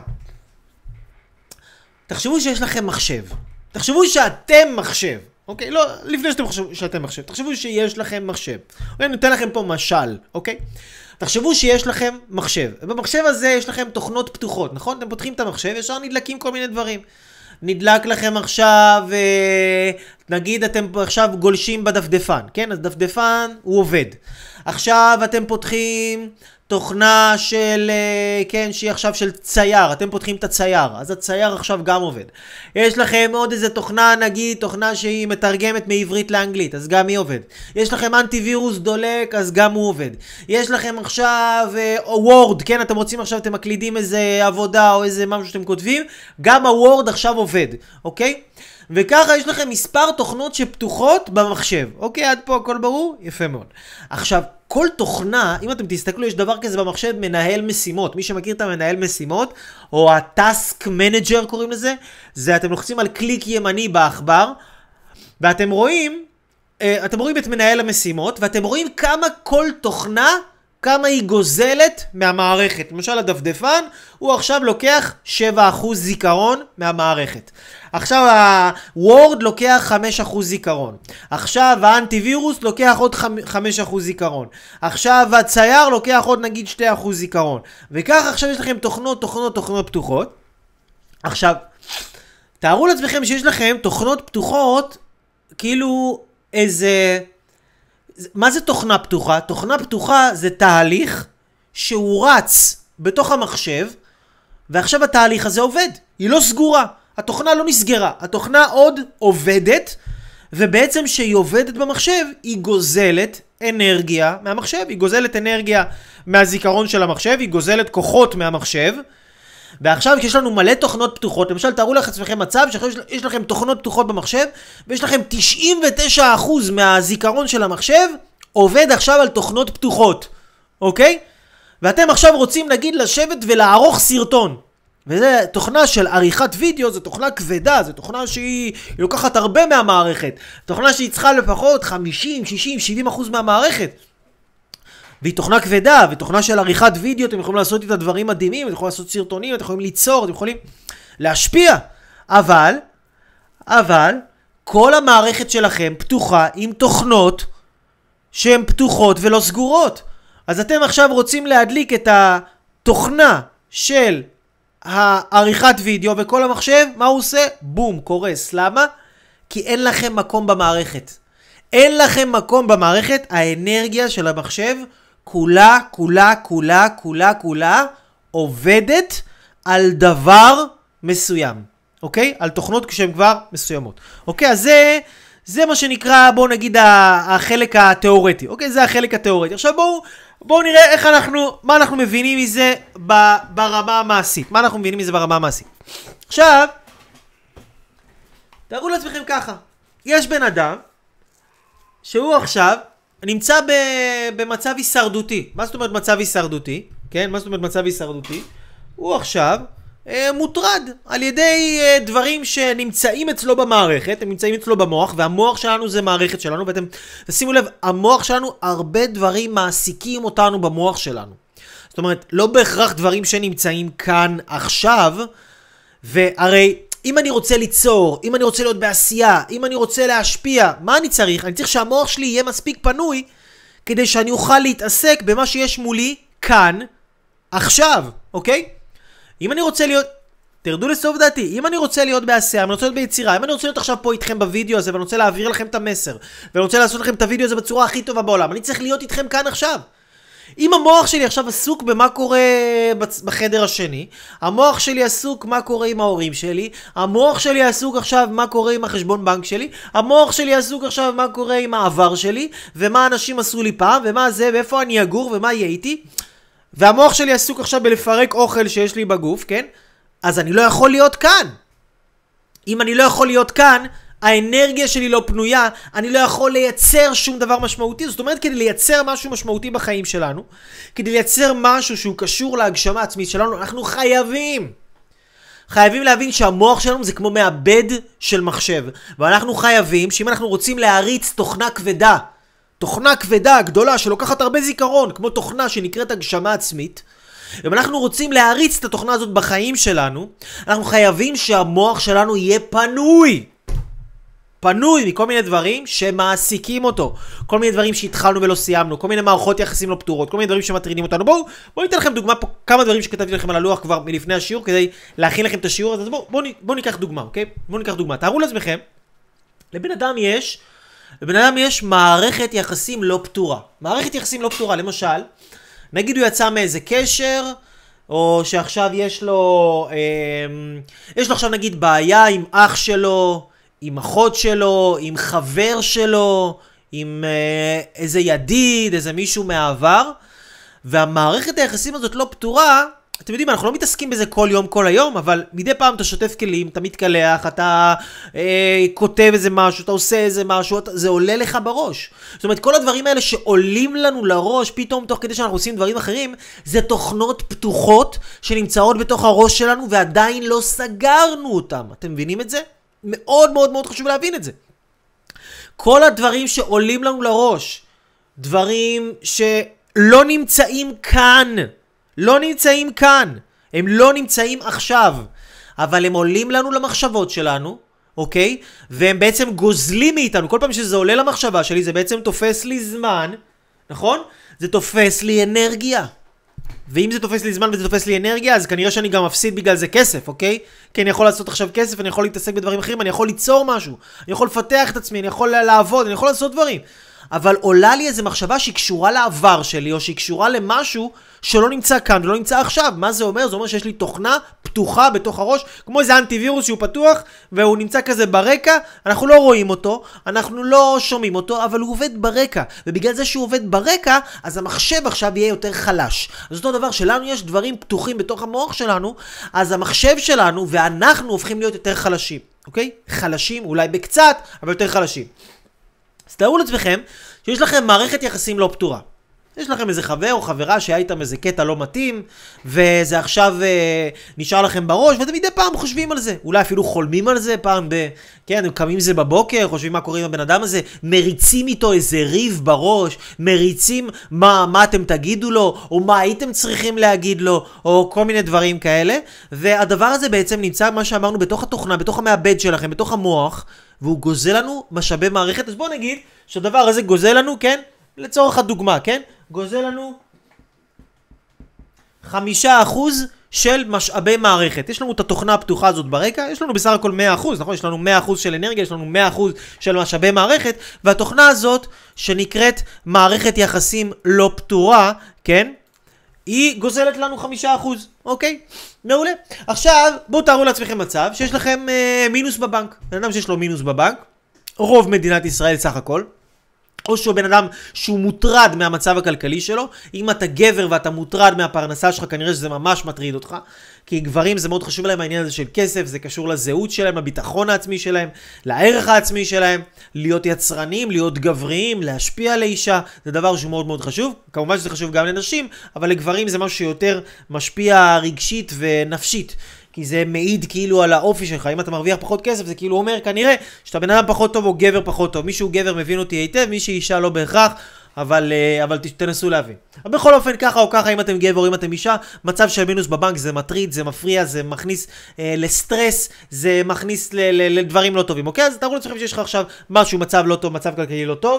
תחשבו שיש לכם מחשב. תחשבו שאתם מחשב. אוקיי? לא, לפני שאתם חושבים שאתם מחשב. תחשבו שיש לכם מחשב. אוקיי, נותן לכם פה משל, אוקיי? תחשבו שיש לכם מחשב. במחשב הזה יש לכם תוכנות פתוחות, נכון? אתם פותחים את המחשב, ישר נדלקים כל מיני דברים. נדלק לכם עכשיו, נגיד אתם עכשיו גולשים בדפדפן, כן? אז דפדפן הוא עובד. עכשיו אתם פותחים תוכנה של, כן, שהיא עכשיו של צייר, אתם פותחים את הצייר, אז הצייר עכשיו גם עובד. יש לכם עוד איזה תוכנה, נגיד, תוכנה שהיא מתרגמת מעברית לאנגלית, אז גם היא עובד. יש לכם אנטיווירוס דולק, אז גם הוא עובד. יש לכם עכשיו וורד, כן, אתם רוצים עכשיו, אתם מקלידים איזה עבודה או איזה משהו שאתם כותבים, גם הוורד עכשיו עובד, אוקיי? וככה יש לכם מספר תוכנות שפתוחות במחשב. אוקיי, עד פה הכל ברור? יפה מאוד. עכשיו, כל תוכנה, אם אתם תסתכלו, יש דבר כזה במחשב, מנהל משימות. מי שמכיר את המנהל משימות, או הטאסק מנג'ר קוראים לזה, זה אתם לוחצים על קליק ימני בעכבר, ואתם רואים, את מנהל המשימות, ואתם רואים כמה כל תוכנה, כמה היא גוזלת מהמערכת. למשל הדפדפן, הוא עכשיו לוקח 7% זיכרון מהמערכת. עכשיו הוורד לוקח 5% זיכרון. עכשיו האנטיווירוס לוקח עוד 5% זיכרון. עכשיו הצייר לוקח עוד נגיד 2% זיכרון. וככה עכשיו יש לכם תוכנות פתוחות. עכשיו, תארו לעצמכם שיש לכם תוכנות פתוחות, כאילו איזה... מה זה תוכנה פתוחה? תוכנה פתוחה זה תהליך שהוא רץ בתוך המחשב, ועכשיו התהליך הזה עובד. היא לא סגורה. התוכנה לא נסגרה. התוכנה עוד עובדת, ובעצם שהיא עובדת במחשב, היא גוזלת אנרגיה מהמחשב. היא גוזלת אנרגיה מהזיכרון של המחשב, היא גוזלת כוחות מהמחשב. ועכשיו יש לנו מלא תוכנות פתוחות, למשל תארו לעצמכם מצב שיש לכם תוכנות פתוחות במחשב, ויש לכם 99% מהזיכרון של המחשב עובד עכשיו על תוכנות פתוחות, אוקיי? ואתם עכשיו רוצים נגיד לשבת ולערוך סרטון, וזה תוכנה של עריכת וידאו, זו תוכנה כבדה, זו תוכנה שהיא לוקחת הרבה מהמערכת, תוכנה שהיא צריכה לפחות 50, 60, 70% מהמערכת. והיא תוכנה כבדה, ותוכנה של עריכת וידאו, אתם יכולים לעשות את הדברים מדהימים, אתם יכולים לעשות סרטונים, אתם יכולים ליצור, אתם יכולים להשפיע. אבל, כל המערכת שלכם פתוחה עם תוכנות שהן פתוחות ולא סגורות. אז אתם עכשיו רוצים להדליק את התוכנה של העריכת וידאו, וכל המחשב, מה הוא עושה? בום, קורס. למה? כי אין לכם מקום במערכת. אין לכם מקום במערכת, האנרגיה של המחשב כולה עובדת על דבר מסוים, אוקיי? על תוכנות כשהן כבר מסוימות. אוקיי, אז זה מה שנקרא, בואו נגיד, החלק התיאורטי. אוקיי, זה החלק התיאורטי. עכשיו בואו נראה מה אנחנו מבינים מזה ברמה המעשית. מה אנחנו מבינים מזה ברמה המעשית? עכשיו, תארו לעצמכם ככה. יש בן אדם, שהוא עכשיו נמצא במצב הישרדותי. מה זאת אומרת מצב הישרדותי? כן, מה זאת אומרת מצב הישרדותי? הוא עכשיו מוטרד על ידי דברים שנמצאים אצלו במערכת, הם נמצאים אצלו במוח, והמוח שלנו זה מערכת שלנו, ואתם תשימו לב, המוח שלנו, הרבה דברים מעסיקים אותנו במוח שלנו. זאת אומרת, לא בהכרח דברים שנמצאים כאן עכשיו, והרי אם אני רוצה ליצור, אם אני רוצה להיות בעשייה, אם אני רוצה להשפיע, מה אני צריך? אני צריך שהמוח שלי יהיה מספיק פנוי, כדי שאני אוכל להתעסק במה שיש מולי כאן, עכשיו, אוקיי? אם אני רוצה להיות, תרדו לסוף דעתי, אם אני רוצה להיות בעשייה, אם אני רוצה להיות ביצירה, אם אני רוצה להיות עכשיו פה איתכם בווידאו הזה, ואני רוצה להעביר לכם את המסר, ואני רוצה לעשות לכם את הווידאו הזה בצורה הכי טובה בעולם, אני צריך להיות איתכם כאן עכשיו. אם המוח שלי עכשיו עסוק במה קורה בחדר השני, המוח שלי עסוק מה קורה עם ההורים שלי, המוח שלי עסוק עכשיו מה קורה עם החשבון בנק שלי, המוח שלי עסוק עכשיו מה קורה עם העבר שלי, ומה אנשים עשו לי פעם, ומה זה, ואיפה אני אגור, ומה יהיה איתי, והמוח שלי עסוק עכשיו בלפרק אוכל שיש לי בגוף, כן? אז אני לא יכול להיות כאן. אם אני לא יכול להיות כאן, האנרגיה שלי לא פנויה, אני לא יכול לייצר שום דבר משמעותי. זאת אומרת, כדי לייצר משהו משמעותי בחיים שלנו, כדי לייצר משהו שהוא קשור להגשמה עצמית שלנו, אנחנו חייבים להבין שהמוח שלנו זה כמו מעבד של מחשב. ואנחנו חייבים שאם אנחנו רוצים להריץ תוכנה כבדה, גדולה, שלוקחת הרבה זיכרון, כמו תוכנה שנקראת הגשמה עצמית, אם אנחנו רוצים להריץ את התוכנה הזאת בחיים שלנו, אנחנו חייבים שהמוח שלנו יהיה פנוי מכל מיני דברים שמעסיקים אותו. כל מיני דברים שהתחלנו ולא סיימנו, כל מיני מערכות יחסים לא פתורות, כל מיני דברים שמטרידים אותנו. בואו ניתן לכם דוגמה פה, כמה דברים שכתבתי לכם על הלוח כבר מלפני השיעור, כדי להכין לכם את השיעור הזה. אז בואו ניקח דוגמה, אוקיי? בואו ניקח דוגמה. תארו לעצמכם, לבן אדם יש מערכת יחסים לא פתורה. מערכת יחסים לא פתורה, למשל, נגיד הוא יצא מאיזה קשר, או שעכשיו יש לו עכשיו נגיד בעיה עם אח שלו, עם אחות שלו, עם חבר שלו, עם איזה ידיד, איזה מישהו מהעבר, והמערכת היחסים הזאת לא פתורה. אתם יודעים, אנחנו לא מתעסקים בזה כל יום, כל היום, אבל מדי פעם אתה שוטף כלים, אתה מתקלח, אתה כותב איזה משהו, אתה עושה איזה משהו, זה עולה לך בראש. זאת אומרת, כל הדברים האלה שעולים לנו לראש, פתאום תוך כדי שאנחנו עושים דברים אחרים, זה תוכנות פתוחות שנמצאות בתוך הראש שלנו, ועדיין לא סגרנו אותם. אתם מבינים את זה? מאוד מאוד מאוד חשוב להבין את זה. כל הדברים שעולים לנו לראש, דברים שלא נמצאים כאן, לא נמצאים כאן, הם לא נמצאים עכשיו, אבל הם עולים לנו למחשבות שלנו, אוקיי? והם בעצם גוזלים מאיתנו. כל פעם שזה עולה למחשבה שלי, זה בעצם תופס לי זמן, נכון? זה תופס לי אנרגיה. ואם זה תופס לי זמן וזה תופס לי אנרגיה, אז כנראה שאני גם מפסיד בגלל זה כסף, אוקיי? כי אני יכול לעשות עכשיו כסף, אני יכול להתעסק בדברים אחרים, אני יכול ליצור משהו, אני יכול לפתח את עצמי, אני יכול לעבוד, אני יכול לעשות דברים. אבל עולה לי איזו מחשבה שהיא קשורה לעבר שלי, או שהיא קשורה למשהו שלא נמצא כאן ולא נמצא עכשיו. מה זה אומר? זה אומר שיש לי תוכנה פתוחה בתוך הראש, כמו איזה אנטיווירוס שהוא פתוח, והוא נמצא כזה ברקע, אנחנו לא רואים אותו, אנחנו לא שומעים אותו, אבל הוא עובד ברקע. ובגלל זה שהוא עובד ברקע, אז המחשב עכשיו יהיה יותר חלש. אז אותו דבר, שלנו יש דברים פתוחים בתוך המוח שלנו, אז המחשב שלנו ואנחנו הופכים להיות יותר חלשים. אוקיי? חלשים, אולי בקצת, אבל יותר חלשים. אז תארו לעצמכם שיש לכם מערכת יחסים לא פתורה. יש לכם איזה חבר או חברה שהיה איתם איזה קטע לא מתאים, וזה עכשיו נשאר לכם בראש, ואתם מדי פעם חושבים על זה. אולי אפילו חולמים על זה פעם כן, הם קמים זה בבוקר, חושבים מה קורה עם הבן אדם הזה, מריצים איתו איזה ריב בראש, מריצים מה אתם תגידו לו, או מה הייתם צריכים להגיד לו, או כל מיני דברים כאלה. והדבר הזה בעצם נמצא, מה שאמרנו, בתוך התוכנה, בתוך המעבד שלכם, בתוך המוח, והוא גוזל לנו משאבי מערכת. אז בואו נגיד שהדבר הזה גוזל לנו, כן? לצורך הדוגמה, כן? גוזל לנו 5% של משאבי מערכת. יש לנו את התוכנה הפתוחה הזאת ברקע, יש לנו בסך הכל 100%, נכון? יש לנו 100% של אנרגיה, יש לנו 100% של משאבי מערכת, והתוכנה הזאת שנקראת מערכת יחסים לא פתורה, כן? היא גוזלת לנו 5%, אוקיי? מעולה. עכשיו, בואו תארו לעצמכם מצב שיש לכם מינוס בבנק. בן אדם שיש לו מינוס בבנק, רוב מדינת ישראל סך הכל, או שהוא בן אדם שהוא מוטרד מהמצב הכלכלי שלו. אם אתה גבר ואתה מוטרד מהפרנסה שלך, כנראה שזה ממש מטריד אותך. כי גברים זה מאוד חשוב להם העניין הזה של כסף, זה קשור לזהות שלהם, לביטחון העצמי שלהם, לערך העצמי שלהם, להיות יצרנים, להיות גבריים, להשפיע על האישה, זה דבר שהוא מאוד מאוד חשוב. כמובן שזה חשוב גם לנשים, אבל לגברים זה משהו שיותר משפיע רגשית ונפשית. כי זה מעיד כאילו על האופי שלך. אם אתה מרוויח פחות כסף, זה כאילו אומר כנראה שאתה בן אדם פחות טוב או גבר פחות טוב. מישהו גבר מבין אותי היטב, מי שאישה לא בהכרח, אבל תנסו להבין. אבל בכל אופן, ככה או ככה, אם אתם גבר או אם אתם אישה, מצב של מינוס בבנק זה מטריד, זה מפריע, זה מכניס לסטרס, זה מכניס לדברים לא טובים. אוקיי? אז תראו לעצמכם שיש לך עכשיו משהו, מצב לא טוב, מצב כלכלי לא טוב.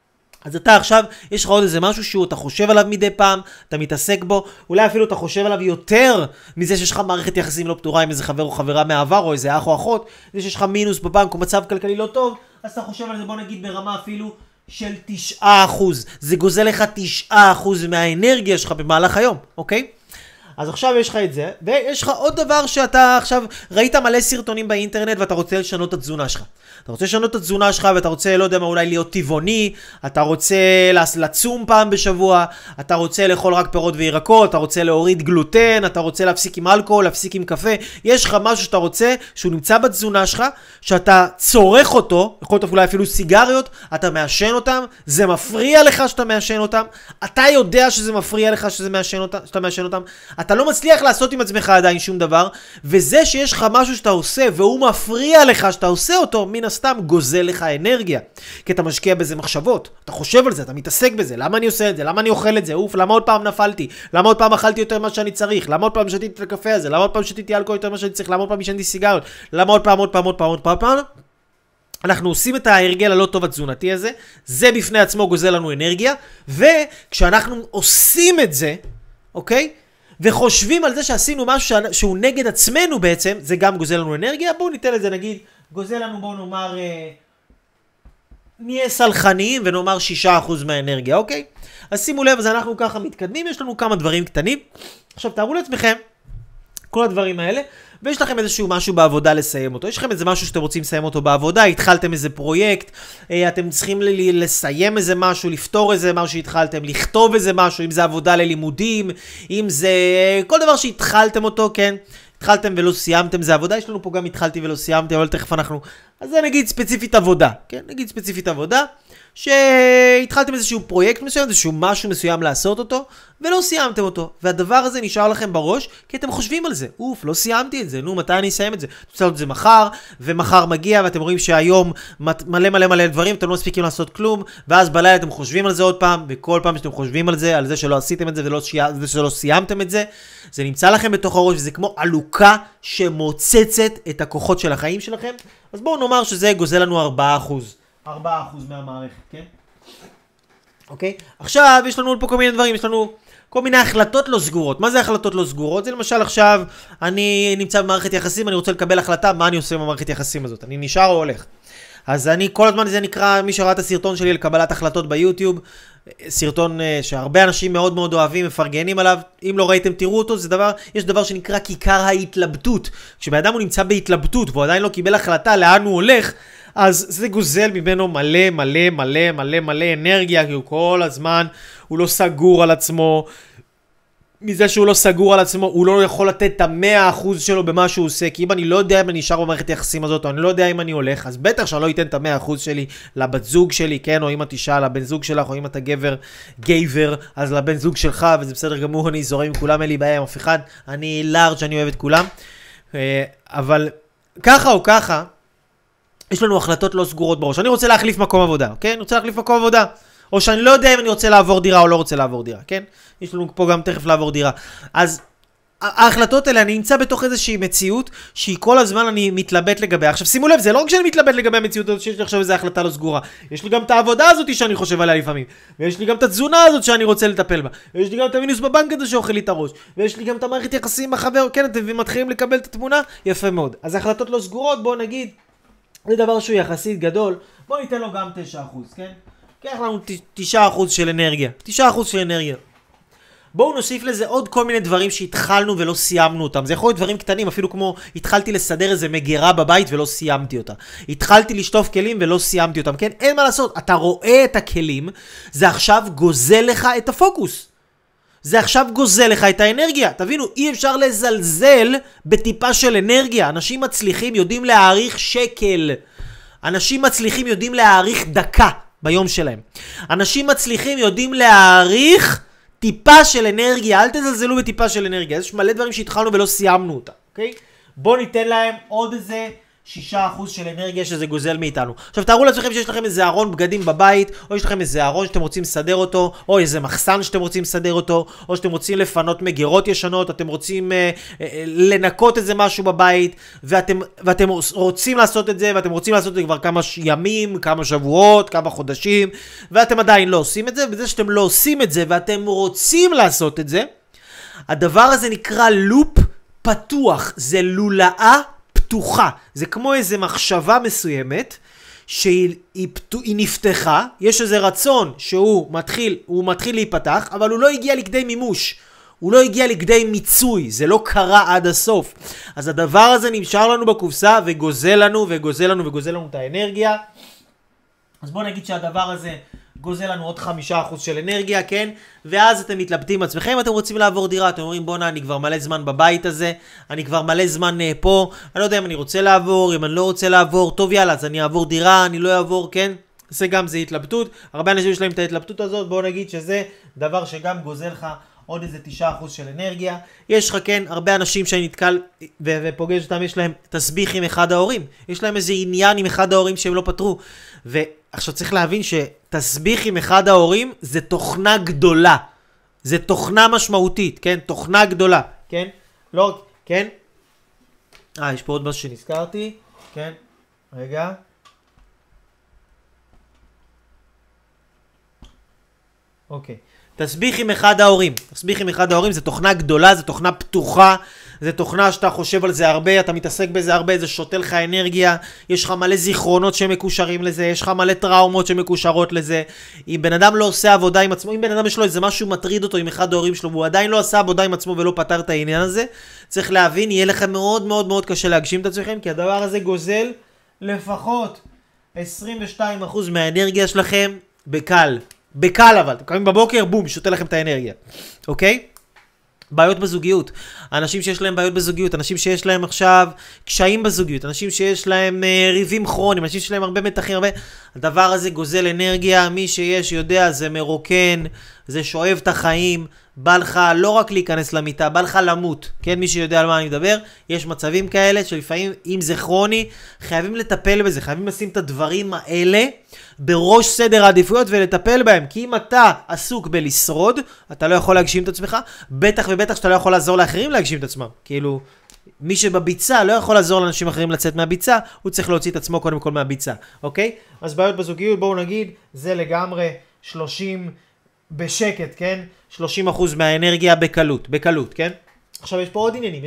אז אתה עכשיו, יש לך עוד איזה משהו שהוא, אתה חושב עליו מדי פעם, אתה מתעסק בו, אולי אפילו אתה חושב עליו יותר מזה שיש לך מערכת יחסים לא פתורה עם איזה חבר או חברה מהעבר, או איזה אח או אחות, זה שיש לך מינוס בבנק או מצב כלכלי לא טוב, אז אתה חושב על זה, בוא נגיד ברמה אפילו של 9%. זה גוזל לך 9% מהאנרגיה שלך במהלך היום, אוקיי? אז עכשיו יש לך את זה, ויש לך עוד דבר שאתה עכשיו ראית מלא סרטונים באינטרנט ואתה רוצה לשנות את התזונה שלך. אתה רוצה לשנות את התזונה שלך ואתה רוצה, לא יודע מה, אולי להיות טבעוני, אתה רוצה לצום פעם בשבוע, אתה רוצה לאכול רק פירות וירקות, אתה רוצה להוריד גלוטן, אתה רוצה להפסיק עם אלכוהול, להפסיק עם קפה. יש לך משהו שאתה רוצה, שהוא נמצא בתזונה שלך, שאתה צורך אותו, יכול להיות אולי אפילו סיגריות, אתה מעשן אותם, זה מפריע לך שאתה מעשן אותם, אתה יודע שזה מפריע לך שאתה מעשן אותם, אתה לא מצליח לעשות עם עצמך עדיין שום דבר, וזה שיש לך משהו שאתה עושה והוא מפריע לך שאתה עושה אותו, מן הסתם גוזל לך אנרגיה, כי אתה משקיע בזה מחשבות, אתה חושב על זה, אתה מתעסק בזה, למה אני עושה את זה, למה אני אוכל את זה, למה עוד פעם נפלתי, למה עוד פעם אכלתי יותר מה שאני צריך, למה עוד פעם שתיתי את הקפה הזה, למה עוד פעם שתיתי אלכוהול יותר מה שאני צריך, למה עוד פעם ישנתי סיגריות, למה עוד פעם. אנחנו עושים את ההרגל הלא טוב התזונתי הזה, זה בפני עצמו גוזל לנו אנרגיה, וכשאנחנו עושים את זה, אוקיי? וחושבים על זה שעשינו משהו שהוא נגד עצמנו בעצם, זה גם גוזל לנו אנרגיה. בואו ניתן את זה, נגיד, גוזל לנו, בואו נאמר, נהיה סלחניים ונאמר 6% מהאנרגיה, אוקיי? אז שימו לב, אז אנחנו ככה מתקדמים, יש לנו כמה דברים קטנים. עכשיו תארו לעצמכם, כל הדברים האלה, ויש לכם איזשהו משהו בעבודה לסיים אותו. יש לכם איזה משהו שאתם רוצים לסיים אותו בעבודה, התחלתם איזה פרויקט, אתם צריכים לסיים איזה משהו, לפתור איזה משהו שהתחלתם, לכתוב איזה משהו, אם זה עבודה ללימודים, אם זה כל דבר שהתחלתם אותו, כן? התחלתם ולא סיימתם, זה עבודה, יש לנו פה גם התחלתי ולא סיימתי, אבל תכף אנחנו, אז זה נגיד ספציפית עבודה, כן? נגיד ספציפית עבודה, שהתחלתם איזשהו פרויקט מסוים, איזשהו משהו מסוים לעשות אותו, ולא סיימתם אותו. והדבר הזה נשאר לכם בראש, כי אתם חושבים על זה. אוף, לא סיימתי את זה, נו, מתי אני אסיים את זה? אתם רוצים לעשות את זה מחר, ומחר מגיע, ואתם רואים שהיום מלא דברים, אתם לא מספיקים לעשות כלום, ואז בלילה אתם חושבים על זה עוד פעם, וכל פעם שאתם חושבים על זה שלא עשיתם את זה, ושלא סיימתם את זה, זה נמצא לכם בתוך הראש, וזה כמו עלוקה שמוצצת את הכוחות של החיים שלכם. אז בואו נאמר שזה גוזל לנו 4% מהמערכת, כן? אוקיי? עכשיו יש לנו פה כל מיני דברים, יש לנו כל מיני החלטות לא סגורות. מה זה החלטות לא סגורות? זה למשל עכשיו, אני נמצא במערכת יחסים, אני רוצה לקבל החלטה, מה אני עושה במערכת יחסים הזאת? אני נשאר או הולך? אז אני כל הזמן, זה נקרא, מי שראה את הסרטון שלי לקבלת החלטות ביוטיוב, סרטון שהרבה אנשים מאוד מאוד אוהבים, מפרגנים עליו. אם לא ראיתם תראו אותו, יש דבר שנקרא כיכר ההתלבטות. כשבאדם הוא נמצא בהתלבטות והוא עדיין לא קיבל החלטה לאן הוא הולך, אז זה גוזל ממנו מלא אנרגיה, כי הוא כל הזמן, הוא לא סגור על עצמו. מזה שהוא לא סגור על עצמו, הוא לא יכול לתת את 100% שלו במה שהוא עושה, כי אם אני לא יודע אם אני נשאר במערכת היחסים הזאת, או אני לא יודע אם אני הולך, אז בטח שאני לא אתן את 100% שלי לבת זוג שלי, כן? או אם את אישה לבן זוג שלך, או אם אתה גבר, אז לבן זוג שלך, וזה בסדר גמור, אני זורם עם כולם, אין לי בעיה עם אף אחד, אני לארג', אני אוהב את כולם. אבל ככה או ככה, יש לנו החלטות לא סגורות בראש. אני רוצה להחליף מקום עבודה, כן? אני רוצה להחליף מקום עבודה. או שאני לא יודע אם אני רוצה לעבור דירה או לא רוצה לעבור דירה, כן? יש לנו פה גם תכף לעבור דירה. אז ההחלטות האלה, אני נמצא בתוך איזושהי מציאות שהיא כל הזמן אני מתלבט לגביה. עכשיו שימו לב, זה לא רק שאני מתלבט לגבי המציאות הזאת שיש לי עכשיו איזו החלטה לא סגורה. יש לי גם את העבודה הזאת שאני חושב עליה לפעמים. ויש לי גם את התזונה הזאת שאני רוצה לטפל בה. ויש לי גם את המינוס בבנק הזה שאוכל לי את הראש. ויש לי גם את המערכת יחסים עם החבר. כן, אתם מתחילים לקבל את התמונה? יפה מאוד. אז ההחלטות לא סגורות, בואו נגיד, זה דבר שהוא יחסית גדול. בואו ניתן לו גם 9%, כן? קח לנו 9% של אנרגיה. 9% של אנרגיה. בואו נוסיף לזה עוד כל מיני דברים שהתחלנו ולא סיימנו אותם. זה יכול להיות דברים קטנים, אפילו כמו התחלתי לסדר איזה מגירה בבית ולא סיימתי אותה. התחלתי לשטוף כלים ולא סיימתי אותם, כן? אין מה לעשות. אתה רואה את הכלים, זה עכשיו גוזל לך את הפוקוס. זה עכשיו גוזל לך את האנרגיה. תבינו, אי אפשר לזלזל בטיפה של אנרגיה. אנשים מצליחים יודעים להעריך שקל. אנשים מצליחים יודעים להעריך דקה ביום שלהם. אנשים מצליחים יודעים להעריך טיפה של אנרגיה. אל תזלזלו בטיפה של אנרגיה. יש מלא דברים שהתחלנו ולא סיימנו אותה. אוקיי? בואו ניתן להם עוד איזה 6% של אנרגיה שזה גוזל מאיתנו. עכשיו תארו לעצמכם שיש לכם איזה ארון בגדים בבית, או יש לכם איזה ארון שאתם רוצים לסדר אותו, או איזה מחסן שאתם רוצים לסדר אותו, או שאתם רוצים לפנות מגירות ישנות, אתם רוצים לנקות איזה משהו בבית, ואתם רוצים לעשות את זה, ואתם רוצים לעשות את זה כבר כמה ימים, כמה שבועות, כמה חודשים, ואתם עדיין לא עושים את זה, וזה שאתם לא עושים את זה, ואתם רוצים לעשות את זה, הדבר הזה נקרא לופ פתוח, זה לולאה פתוחה. זה כמו איזה מחשבה מסוימת שהיא נפתחה, יש איזה רצון שהוא מתחיל להיפתח, אבל הוא לא הגיע לכדי מימוש, הוא לא הגיע לכדי מיצוי, זה לא קרה עד הסוף. אז הדבר הזה נשאר לנו בקופסה וגוזל לנו את האנרגיה. אז בואו נגיד שהדבר הזה גוזל לנו עוד 5% של אנרגיה, כן? ואז אתם מתלבטים עצמכם, אתם רוצים לעבור דירה, אתם אומרים בוא'נה, אני כבר מלא זמן בבית הזה, אני כבר מלא זמן פה, אני לא יודע אם אני רוצה לעבור, אם אני לא רוצה לעבור, טוב יאללה, אז אני אעבור דירה, אני לא אעבור, כן? זה גם זה התלבטות, הרבה אנשים יש להם את ההתלבטות הזאת, בואו נגיד שזה דבר שגם גוזל לך עוד איזה 9% של אנרגיה. יש לך כן, הרבה אנשים שאני נתקל ופוגש אותם, יש להם תסביך עם אחד ההורים, יש להם איזה עניין עם אחד ההורים שהם לא פתרו, ועכשיו צריך להבין שתסביך עם אחד ההורים זה תוכנה גדולה, זה תוכנה משמעותית, כן? תוכנה גדולה, כן? לא, כן? יש פה עוד משהו שנזכרתי, כן? רגע. אוקיי. תסביך עם אחד ההורים. תסביך עם אחד ההורים, זו תוכנה גדולה, זו תוכנה פתוחה, זו תוכנה שאתה חושב על זה הרבה, אתה מתעסק בזה הרבה, זה שותה לך אנרגיה, יש לך מלא זיכרונות שמקושרים לזה, יש לך מלא טראומות שמקושרות לזה. אם בן אדם לא עושה עבודה עם עצמו, אם בן אדם יש לו איזה משהו מטריד אותו עם אחד ההורים שלו, והוא עדיין לא עשה עבודה עם עצמו ולא פתר את העניין הזה, צריך להבין, יהיה לכם מאוד מאוד מאוד קשה להגשים את עצמכם, כי הדבר הזה גוזל לפחות 22% מהאנרגיה שלכם בקל. בקל אבל, אתם קמים בבוקר, בום, שותה לכם את האנרגיה, אוקיי? בעיות בזוגיות, אנשים שיש להם בעיות בזוגיות, אנשים שיש להם עכשיו קשיים בזוגיות, אנשים שיש להם ריבים כרוניים, אנשים שיש להם הרבה מתחים, הרבה... הדבר הזה גוזל אנרגיה, מי שיש יודע, זה מרוקן, זה שואב את החיים, בא לך לא רק להיכנס למיטה, בא לך למות, כן? מי שיודע על מה אני מדבר, יש מצבים כאלה שלפעמים, אם זה כרוני, חייבים לטפל בזה, חייבים לשים את הדברים האלה בראש סדר העדיפויות ולטפל בהם, כי אם אתה עסוק בלשרוד, אתה לא יכול להגשים את עצמך, בטח ובטח שאתה לא יכול לעזור לאחרים להגשים את עצמם, כאילו, מי שבביצה לא יכול לעזור לאנשים אחרים לצאת מהביצה, הוא צריך להוציא את עצמו קודם כל מהביצה, אוקיי? אז בעיות בזוגיות, בואו נגיד, זה לגמרי 30 בשקט, כן? 30% מהאנרגיה בקלות, כן? עכשיו יש פה עוד עניינים,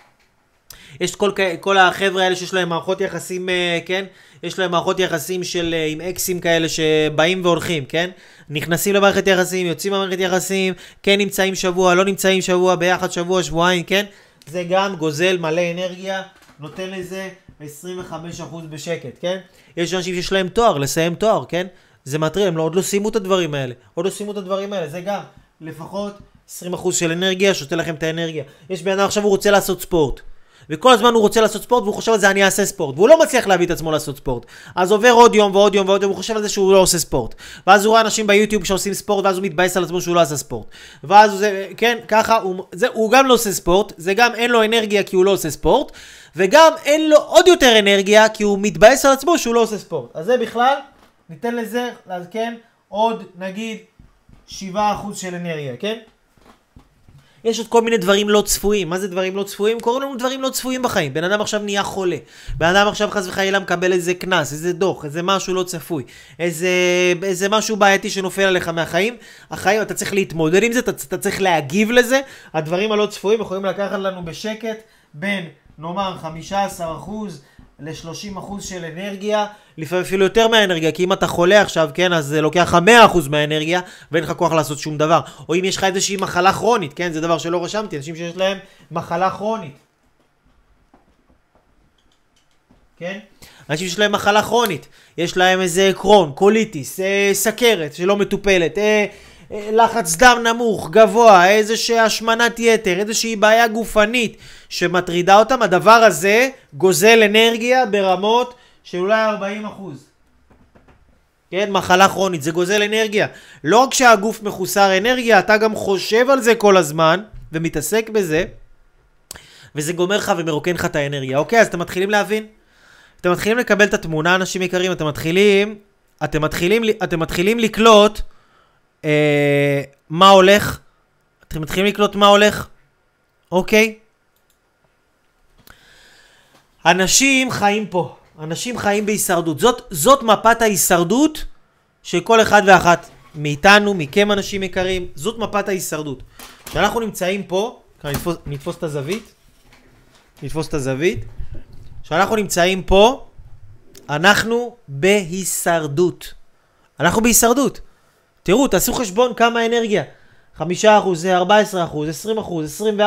יש כל החבר'ה האלה שיש להם מערכות יחסים, כן? יש להם מערכות יחסים עם אקסים כאלה שבאים והולכים, כן? נכנסים למערכת יחסים, יוצאים למערכת יחסים, כן נמצאים שבוע, לא נמצאים שבוע, ביחד שבוע, שבועיים, כן? זה גם גוזל מלא אנרגיה, נותן לזה 25% בשקט, כן? יש אנשים שיש להם תואר, לסיים תואר, כן? זה מטריד, הם עוד לא סיימו את הדברים האלה, זה גם לפחות 20% של אנרגיה, שותה לכם את האנרגיה. יש בן אדם עכשיו הוא רוצה לעשות ספורט, וכל הזמן הוא רוצה לעשות ספורט, והוא חושב על זה, אני אעשה ספורט, והוא לא מצליח להביא את עצמו לעשות ספורט. אז עובר עוד יום ועוד יום ועוד יום, הוא חושב על זה שהוא לא עושה ספורט. ואז הוא רואה אנשים ביוטיוב שעושים ספורט, ואז הוא מתבאס על עצמו שהוא לא עשה ספורט. ואז הוא זה, כן, ככה, הוא גם לא עושה ספורט, זה גם אין לו אנרגיה כי הוא לא עושה ספורט, וגם אין לו עוד יותר אנרגיה כי הוא מתבאס על עצמו שהוא לא עושה ספורט. אז זה בכלל, ניתן לזה, כן, עוד נגיד 7% של אנרגיה, כן? יש עוד כל מיני דברים לא צפויים. מה זה דברים לא צפויים? קוראים לנו דברים לא צפויים בחיים. בן אדם עכשיו נהיה חולה. בן אדם עכשיו חס וחלילה מקבל איזה כנס, איזה דוח, איזה משהו לא צפוי. איזה משהו בעייתי שנופל עליך מהחיים. החיים, אתה צריך להתמודד עם זה, אתה צריך להגיב לזה. הדברים הלא צפויים יכולים לקחת לנו בשקט בין, נאמר, 15% ל-30% של אנרגיה, לפעמים אפילו יותר מהאנרגיה, כי אם אתה חולה עכשיו, כן, אז זה לוקח 100% מהאנרגיה, ואין לך כוח לעשות שום דבר. או אם יש לך איזושהי מחלה כרונית, כן, זה דבר שלא רשמתי, אנשים שיש להם מחלה כרונית. כן? אנשים שיש להם מחלה כרונית, יש להם איזה קרון, קוליטיס, סכרת שלא מטופלת, לחץ דם נמוך, גבוה, איזושהי השמנת יתר, איזושהי בעיה גופנית שמטרידה אותם, הדבר הזה גוזל אנרגיה ברמות של אולי 40%. כן, מחלה כרונית, זה גוזל אנרגיה. לא רק שהגוף מחוסר אנרגיה, אתה גם חושב על זה כל הזמן ומתעסק בזה, וזה גומר לך ומרוקן לך את האנרגיה. אוקיי, אז אתם מתחילים להבין? אתם מתחילים לקבל את התמונה, אנשים יקרים, אתם מתחילים לקלוט מה הולך? אתם מתחילים לקלוט מה הולך? אוקיי? אנשים חיים פה. אנשים חיים בהישרדות. זאת מפת ההישרדות של כל אחד ואחת מאיתנו, מכם אנשים יקרים. זאת מפת ההישרדות. כשאנחנו נמצאים פה, נתפוס את הזווית. כשאנחנו נמצאים פה, אנחנו בהישרדות. תראו, תעשו חשבון כמה אנרגיה. 5%, 14%, 20%, 24%,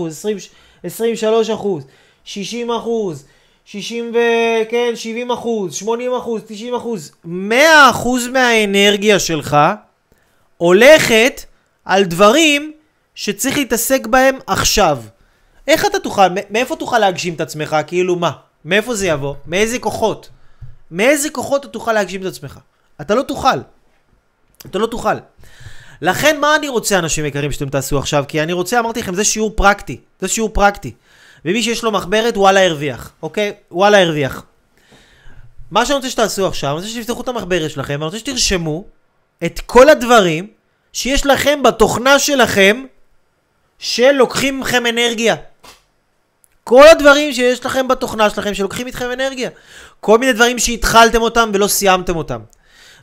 23%, 60%, 60 וכן, 70%, 80%, 90%. 100% מהאנרגיה שלך הולכת על דברים שצריך להתעסק בהם עכשיו. איך אתה תוכל, מאיפה תוכל להגשים את עצמך? כאילו מה? מאיפה זה יבוא? מאיזה כוחות? מאיזה כוחות אתה תוכל להגשים את עצמך? אתה לא תוכל. לכן מה אני רוצה, אנשים יקרים, שאתם תעשו עכשיו? כי אני רוצה, אמרתי לכם, זה שיעור פרקטי. ומי שיש לו מחברת, וואלה הרוויח. אוקיי? וואלה הרוויח. מה שאני רוצה שתעשו עכשיו, אני רוצה שתפתחו את המחברת שלכם, אני רוצה שתרשמו את כל הדברים שיש לכם בתוכנה שלכם, שלוקחים מכם אנרגיה. כל הדברים שיש לכם בתוכנה שלכם, שלוקחים איתכם אנרגיה. כל מיני דברים שהתחלתם אותם ולא סיימתם אותם.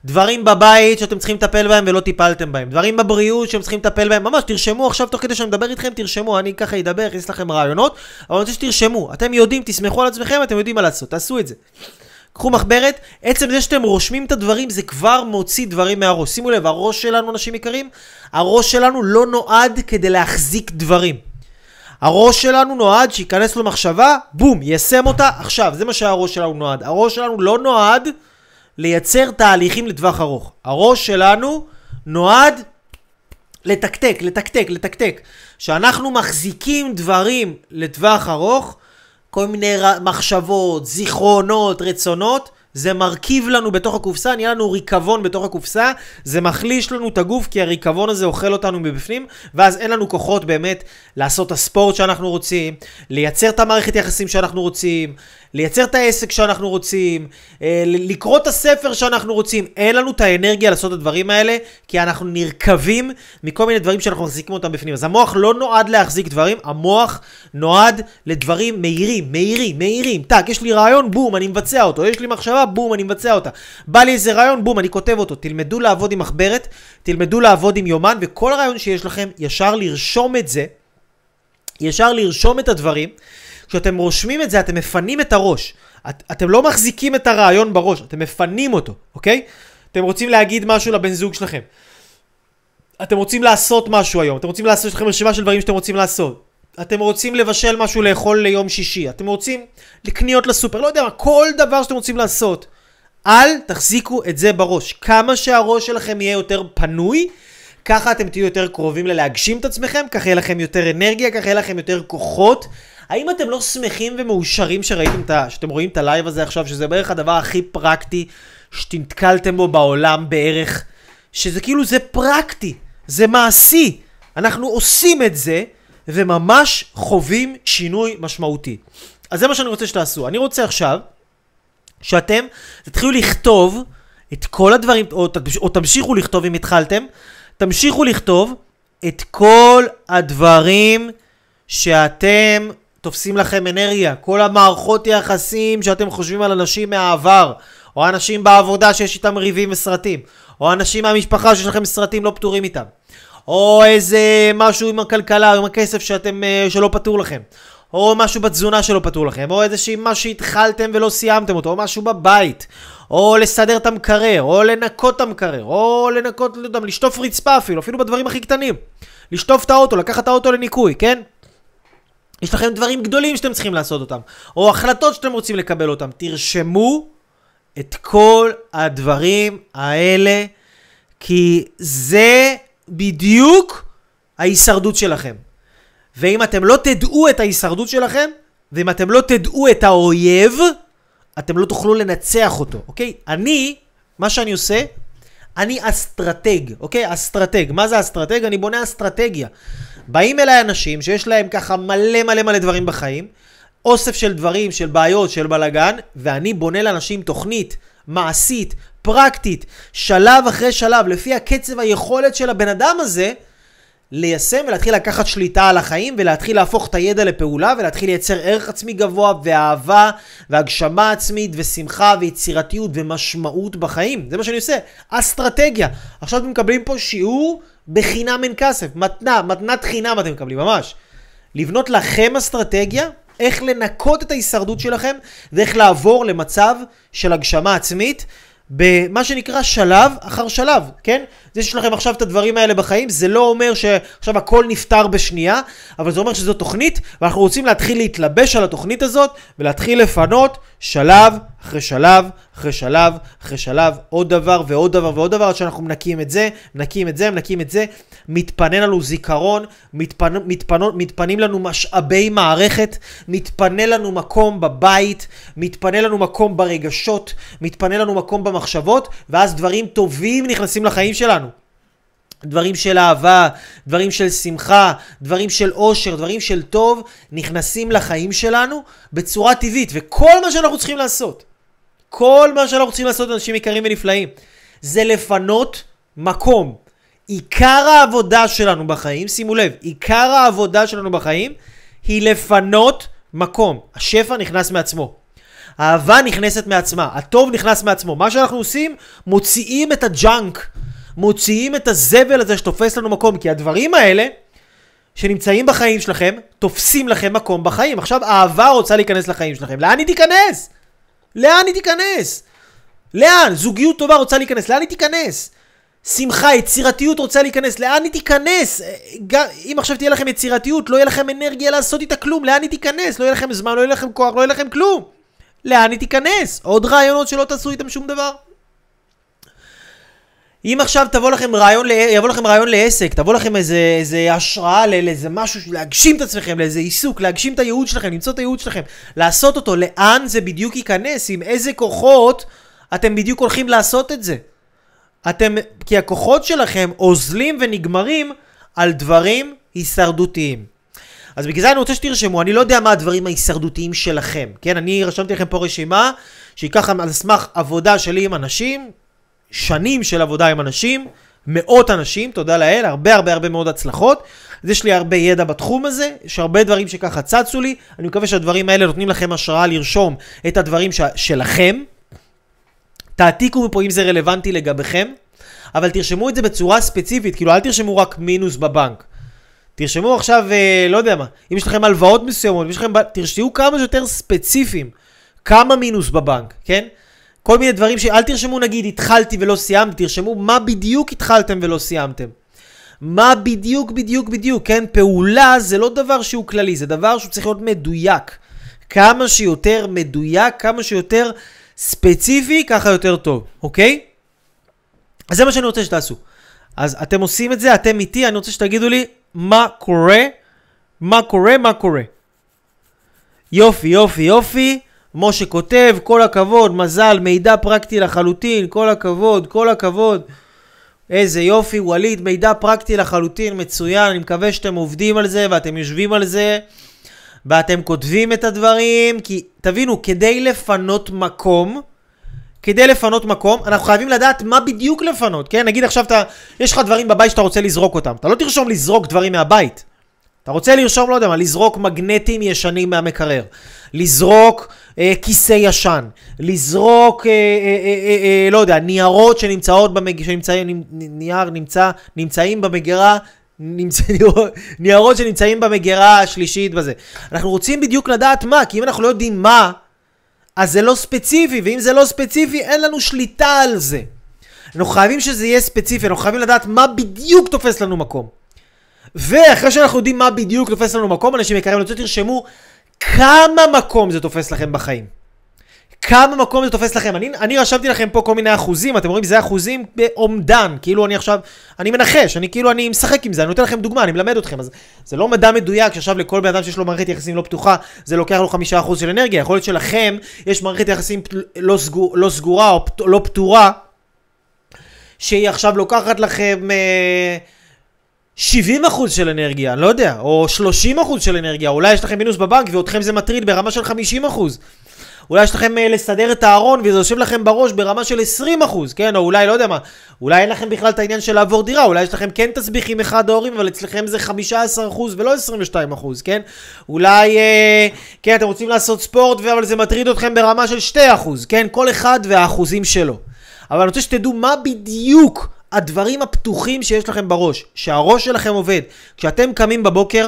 דברים בבית שאתם צריכים לטפל בהם ולא טיפלתם בהם. דברים בבריאות שאתם צריכים לטפל בהם. ממש, תרשמו עכשיו, תוך כדי שאני מדבר איתכם, תרשמו. אני ככה אדבר, אכניס לכם רעיונות, אבל אני רוצה שתרשמו. אתם יודעים, תסמכו על עצמכם, אתם יודעים מה לעשות. תעשו את זה. קחו מחברת. עצם זה שאתם רושמים את הדברים, זה כבר מוציא דברים מהראש. שימו לב, הראש שלנו, אנשים יקרים, הראש שלנו לא נועד כדי להחזיק דברים. הראש שלנו נועד שיכנס לו מחשבה, בום, יסם אותה עכשיו. זה מה שהראש שלנו נועד. הראש שלנו לא נועד לייצר תהליכים לטווח ארוך. הראש שלנו נועד לתקתק, לתקתק, לתקתק. שאנחנו מחזיקים דברים לטווח ארוך, כל מיני מחשבות, זיכרונות, רצונות, זה מרכיב לנו בתוך הקופסה, נהיה לנו ריקבון בתוך הקופסה, זה מחליש לנו את הגוף, כי הריקבון הזה אוכל אותנו מבפנים, ואז אין לנו כוחות באמת לעשות את הספורט שאנחנו רוצים, לייצר את המערכת יחסים שאנחנו רוצים, לייצר את העסק שאנחנו רוצים, לקרוא את הספר שאנחנו רוצים. אין לנו את האנרגיה לעשות את הדברים האלה, כי אנחנו נרכבים מכל מיני דברים שאנחנו מחזיקים אותם בפנים. אז המוח לא נועד להחזיק דברים, המוח נועד לדברים מהירים, מהירים, מהירים. טק, יש לי רעיון, בום, אני מבצע אותו. יש לי מחשבה, בום, אני מבצע אותה. בא לי איזה רעיון, בום, אני כותב אותו. תלמדו לעבוד עם מחברת, תלמדו לעבוד עם יומן, וכל הרעיון שיש לכם, ישר לרשום את זה, ישר לרשום את הדברים. כשאתם רושמים את זה, אתם מפנים את הראש. אתם לא מחזיקים את הרעיון בראש, אתם מפנים אותו, אוקיי? אתם רוצים להגיד משהו לבן זוג שלכם. אתם רוצים לעשות משהו היום. אתם רוצים לעשות לכם רשימה של דברים שאתם רוצים לעשות. אתם רוצים לבשל משהו לאכול ליום שישי. אתם רוצים לקניות לסופר. לא יודע מה, כל דבר שאתם רוצים לעשות. אל תחזיקו את זה בראש. כמה שהראש שלכם יהיה יותר פנוי, ככה אתם תהיו יותר קרובים ללהגשים את עצמכם, ככה יהיה לכם יותר אנרגיה, ככה יהיה לכם יותר כוחות. האם אתם לא שמחים ומאושרים שאתם רואים את הלייב הזה עכשיו, שזה בערך הדבר הכי פרקטי שתנתקלתם בו בעולם בערך, שזה כאילו זה פרקטי, זה מעשי. אנחנו עושים את זה וממש חווים שינוי משמעותי. אז זה מה שאני רוצה שתעשו. אני רוצה עכשיו שאתם תתחילו לכתוב את כל הדברים, או תמשיכו לכתוב אם התחלתם, תמשיכו לכתוב את כל הדברים שאתם תופסים לכם אנרגיה, כל המערכות יחסים שאתם חושבים על אנשים מהעבר, או אנשים בעבודה שיש איתם ריבים וסרטים, או אנשים מהמשפחה שיש לכם סרטים לא פתורים איתם, או איזה משהו עם הכלכלה, או עם הכסף שלא פתור לכם, או משהו בתזונה שלא פתור לכם, או איזה משהו שהתחלתם ולא סיימתם אותו, או משהו בבית, או לסדר את המקרר, או לנקות את המקרר, או לנקות, לא יודע, לשטוף רצפה אפילו בדברים הכי קטנים. לשטוף את האוטו, לקחת את האוטו לניקוי, כן? יש לכם דברים גדולים שאתם צריכים לעשות אותם, או החלטות שאתם רוצים לקבל אותם. תרשמו את כל הדברים האלה, כי זה בדיוק ההישרדות שלכם. ואם אתם לא תדעו את ההישרדות שלכם, ואם אתם לא תדעו את האויב, אתם לא תוכלו לנצח אותו, אוקיי? מה שאני עושה, אני אסטרטג, אוקיי? אסטרטג. מה זה אסטרטג? אני בונה אסטרטגיה. באים אליי אנשים שיש להם ככה מלא מלא מלא דברים בחיים, אוסף של דברים, של בעיות, של בלגן, ואני בונה לאנשים תוכנית מעשית, פרקטית, שלב אחרי שלב, לפי הקצב היכולת של הבן אדם הזה, ליישם ולהתחיל לקחת שליטה על החיים, ולהתחיל להפוך את הידע לפעולה, ולהתחיל לייצר ערך עצמי גבוה, ואהבה, והגשמה עצמית, ושמחה, ויצירתיות, ומשמעות בחיים. זה מה שאני עושה. אסטרטגיה. עכשיו אתם מקבלים פה שיעור בחינם אין כסף. מתנת חינם אתם מקבלים, ממש. לבנות לכם אסטרטגיה, איך לנקות את ההישרדות שלכם, ואיך לעבור למצב של הגשמה עצמית, במה שנקרא שלב אחר שלב, כן? זה שיש לכם עכשיו את הדברים האלה בחיים, זה לא אומר שעכשיו הכל נפתר בשנייה, אבל זה אומר שזו תוכנית, ואנחנו רוצים להתחיל להתלבש על התוכנית הזאת, ולהתחיל לפנות שלב אחרי שלב, אחרי שלב, אחרי שלב, עוד דבר ועוד דבר ועוד דבר, עד שאנחנו מנקים את זה, מנקים את זה, מנקים את זה, מתפנה לנו זיכרון, מתפנים לנו משאבי מערכת, מתפנה לנו מקום בבית, מתפנה לנו מקום ברגשות, מתפנה לנו מקום במחשבות, ואז דברים טובים נכנסים לחיים שלנו. דברים של אהבה, דברים של שמחה, דברים של אושר, דברים של טוב, נכנסים לחיים שלנו בצורה טבעית. וכל מה שאנחנו צריכים לעשות, כל מה שאנחנו צריכים לעשות, אנשים יקרים ונפלאים, זה לפנות מקום. עיקר העבודה שלנו בחיים, שימו לב, עיקר העבודה שלנו בחיים היא לפנות מקום. השפע נכנס מעצמו. האהבה נכנסת מעצמה, הטוב נכנס מעצמו. מה שאנחנו עושים, מוציאים את הג'אנק, מוציאים את הזבל הזה שתופס לנו מקום, כי הדברים האלה שנמצאים בחיים שלכם, תופסים לכם מקום בחיים. עכשיו האהבה רוצה להיכנס לחיים שלכם. לאן היא תיכנס? לאן היא תיכנס? לאן? זוגיות טובה רוצה להיכנס. לאן היא תיכנס? שמחה, יצירתיות רוצה להיכנס. לאן היא תיכנס? אם עכשיו תהיה לכם יצירתיות, לא יהיה לכם אנרגיה לעשות איתה כלום. לאן היא תיכנס? לא יהיה לכם זמן, לא יהיה לכם כוח, לא יהיה לכם כלום. לאן היא תיכנס? עוד רעיונות שלא תעשו איתם שום דבר. אם עכשיו יבוא לכם רעיון לעסק, תבוא לכם איזה השראה, לאיזה משהו, להגשים את עצמכם, לאיזה עיסוק, להגשים את הייעוד שלכם, למצוא את הייעוד שלכם, לעשות אותו, לאן זה בדיוק ייכנס, עם איזה כוחות אתם בדיוק הולכים לעשות את זה. כי הכוחות שלכם עוזלים ונגמרים על דברים הישרדותיים. אז בגלל זה אני רוצה שתרשמו, אני לא יודע מה הדברים ההישרדותיים שלכם, כן? אני רשמתי לכם פה רשימה, שהיא ככה על סמך עבודה שלי עם אנשים, שנים של עבודה עם אנשים, מאות אנשים, תודה לאל, הרבה מאוד הצלחות. אז יש לי הרבה ידע בתחום הזה, יש הרבה דברים שככה צצו לי, אני מקווה שהדברים האלה נותנים לכם השראה לרשום את הדברים שלכם. תעתיקו מפה אם זה רלוונטי לגביכם, אבל תרשמו את זה בצורה ספציפית, כאילו אל תרשמו רק מינוס בבנק. תרשמו עכשיו, לא יודע מה, אם יש לכם הלוואות מסוימות, תרשמו כמה שיותר ספציפיים, כמה מינוס בבנק, כן? כל מיני דברים אל תרשמו נגיד התחלתי ולא סיימתי, תרשמו מה בדיוק התחלתם ולא סיימתם. מה בדיוק, כן? פעולה זה לא דבר שהוא כללי, זה דבר שהוא צריך להיות מדויק. כמה שיותר מדויק, כמה שיותר ספציפי, ככה יותר טוב, אוקיי? אז זה מה שאני רוצה שתעשו. אז אתם עושים את זה, אתם איתי, אני רוצה שתגידו לי מה קורה. יופי. משה כותב, כל הכבוד, מזל, מידע פרקטי לחלוטין, כל הכבוד. איזה יופי, וליד, מידע פרקטי לחלוטין, מצוין, אני מקווה שאתם עובדים על זה, ואתם יושבים על זה, ואתם כותבים את הדברים, כי תבינו, כדי לפנות מקום, אנחנו חייבים לדעת מה בדיוק לפנות, כן? נגיד עכשיו, יש לך דברים בבית שאתה רוצה לזרוק אותם, אתה לא תרשום לזרוק דברים מהבית, אתה רוצה לרשום, לא יודע מה, לזרוק מגנטים ישנים מהמקרר, לזרוק כיסא ישן, לזרוק, לא יודע, ניירות נמצאים במגירה, ניירות שנמצאים במגירה השלישית בזה. אנחנו רוצים בדיוק לדעת מה, כי אם אנחנו לא יודעים מה, אז זה לא ספציפי, ואם זה לא ספציפי, אין לנו שליטה על זה. אנחנו חייבים שזה יהיה ספציפי, אנחנו חייבים לדעת מה בדיוק תופס לנו מקום. ואחרי שאנחנו יודעים מה בדיוק תופס לנו מקום, אנשים יקרים, אני רוצה תרשמו כמה מקום זה תופס לכם בחיים. כמה מקום זה תופס לכם. אני רשמתי לכם פה כל מיני אחוזים, אתם רואים, זה אחוזים בעומדן, כאילו אני מנחש, אני משחק עם זה, אני נותן לכם דוגמה, אני מלמד אתכם, אז זה לא מדע מדויק, שעכשיו לכל בן אדם שיש לו מערכת יחסים לא פתוחה, זה לוקח לו 5% של אנרגיה, יכול להיות שלכם יש מערכת יחסים לא סגורה או לא פתורה, שהיא עכשיו לוקחת לכם 70% של אנרגיה, אני לא יודע, או 30% של אנרגיה, אולי יש לכם מינוס בבנק ואותכם זה מטריד ברמה של 50%. אולי יש לכם לסדר את הארון וזה יושב לכם בראש ברמה של 20%, כן? או אולי, לא יודע מה, אולי אין לכם בכלל את העניין של לעבור דירה, אולי יש לכם כן תסביכים אחד ההורים, אבל אצלכם זה 15% ולא 22%, כן? אולי, כן, אתם רוצים לעשות ספורט, אבל זה מטריד אתכם ברמה של 2%, כן? כל אחד והאחוזים שלו. אבל אני רוצה שתדעו מה בדיוק הדברים הפתוחים שיש לכם בראש, שהראש שלכם עובד. כשאתם קמים בבוקר,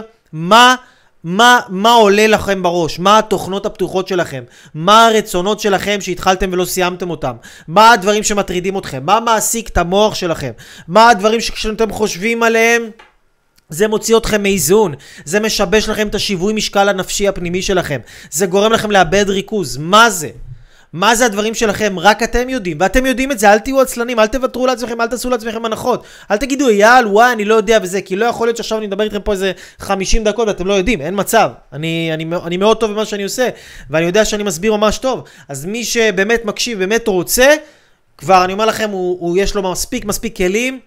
מה עולה לכם בראש? מה התוכנות הפתוחות שלכם? מה הרצונות שלכם שהתחלתם ולא סיימתם אותם? מה הדברים שמטרידים אתכם? מה מעסיק את המוח שלכם? מה הדברים שכשאתם חושבים עליהם, זה מוציא אתכם מאיזון, זה משבש לכם את השיווי משקל הנפשי הפנימי שלכם, זה גורם לכם לאבד ריכוז. מה זה? מה זה הדברים שלכם? רק אתם יודעים, ואתם יודעים את זה, אל תהיו עצלנים, אל תוותרו לעצמכם, אל תעשו לעצמכם הנחות, אל תגידו, וואי, אני לא יודע וזה, כי לא יכול להיות שעכשיו אני מדבר איתכם פה איזה 50 דקות ואתם לא יודעים, אין מצב, אני מאוד טוב במה שאני עושה, ואני יודע שאני מסביר ממש טוב, אז מי שבאמת מקשיב, באמת רוצה, כבר אני אומר לכם, יש לו מספיק כלים,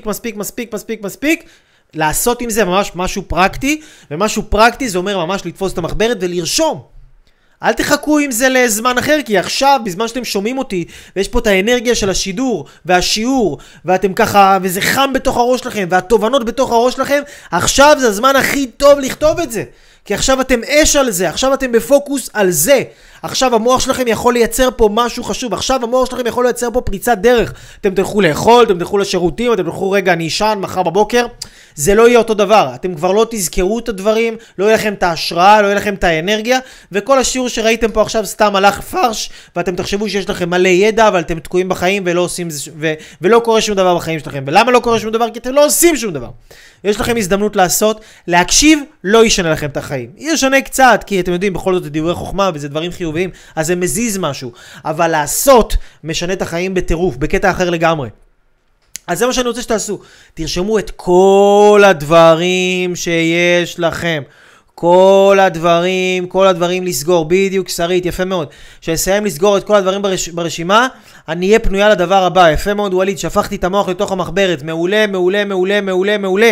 מספיק, לעשות עם זה ממש משהו פרקטי, ומשהו פרקטי זה אומר ממש לתפוס את המחברת ולרשום. אל תחכו עם זה לזמן אחר, כי עכשיו, בזמן שאתם שומעים אותי, ויש פה את האנרגיה של השידור והשיעור, ואתם ככה, וזה חם בתוך הראש שלכם, והתובנות בתוך הראש שלכם, עכשיו זה הזמן הכי טוב לכתוב את זה. כי עכשיו אתם אש על זה, עכשיו אתם בפוקוס על זה. עכשיו המוח שלכם יכול לייצר פה משהו חשוב, עכשיו המוח שלכם יכול לייצר פה פריצת דרך. אתם תלכו לאכול, אתם תלכו לשירותים, אתם תלכו רגע אני אשן מחר בבוקר, זה לא יהיה אותו דבר. אתם כבר לא תזכרו את הדברים, לא יהיה לכם את ההשראה, לא יהיה לכם את האנרגיה, וכל השיעור שראיתם פה עכשיו סתם הלך פרש, ואתם תחשבו שיש לכם מלא ידע, אבל אתם תקועים בחיים ולא עושים, ולא קורה שום דבר בחיים שלכם. ולמה לא קורה שום דבר? כי אתם לא עושים שום דבר. יש לכם הזדמנות לעשות, להקשיב, לא ישנה לכם את החיים. ישנה קצת, כי אתם יודעים, בכל זאת זה דברי חוכמה וזה דברים חיוביים, אז זה מזיז משהו. אבל לעשות משנה את החיים בטירוף, בקטע אחר לגמרי. אז זה מה שאני רוצה שתעשו. תרשמו את כל הדברים שיש לכם. כל הדברים לסגור. בדיוק, שרית, יפה מאוד. כשאסיים לסגור את כל הדברים ברשימה, אני אהיה פנויה לדבר הבא. יפה מאוד, וליד, שפכתי את המוח לתוך המחברת. מעולה, מעולה, מעולה, מעולה, מעולה.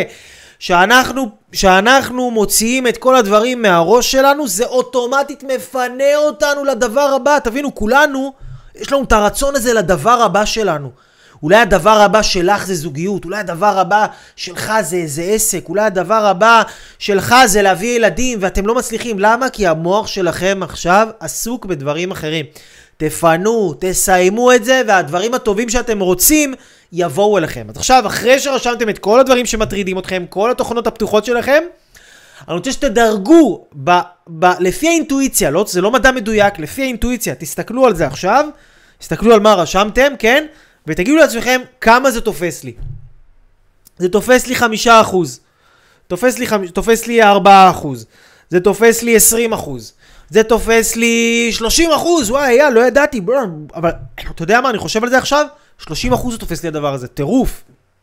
שאנחנו מוציאים את כל הדברים מהראש שלנו, זה אוטומטית מפנה אותנו לדבר הבא. תבינו, כולנו, יש לנו את הרצון הזה לדבר הבא שלנו. אולי הדבר הבא שלך זה זוגיות, אולי הדבר הבא שלך זה עסק, אולי הדבר הבא שלך זה להביא ילדים, ואתם לא מצליחים. למה? כי המוח שלכם עכשיו עסוק בדברים אחרים. תפנו, תסיימו את זה, והדברים הטובים שאתם רוצים יבואו אליכם. אז עכשיו, אחרי שרשמתם את כל הדברים שמטרידים אתכם, כל התוכנות הפתוחות שלכם, אני רוצה שתדרגו לפי האינטואיציה, זה לא מדע מדויק, לפי האינטואיציה, תסתכלו על זה עכשיו, תסתכלו על מה רשמתם, כן? ותגידו לעצמכם כמה זה תופס לי. זה תופס לי 5%. תופס לי 4%. זה תופס לי 20%. זה תופס לי 30%. וואי, לא ידעתי. אבל אתה יודע מה, אני חושב על זה עכשיו? 30% זה תופס לי הדבר הזה. טירוף.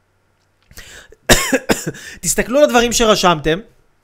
תסתכלו על הדברים שרשמתם.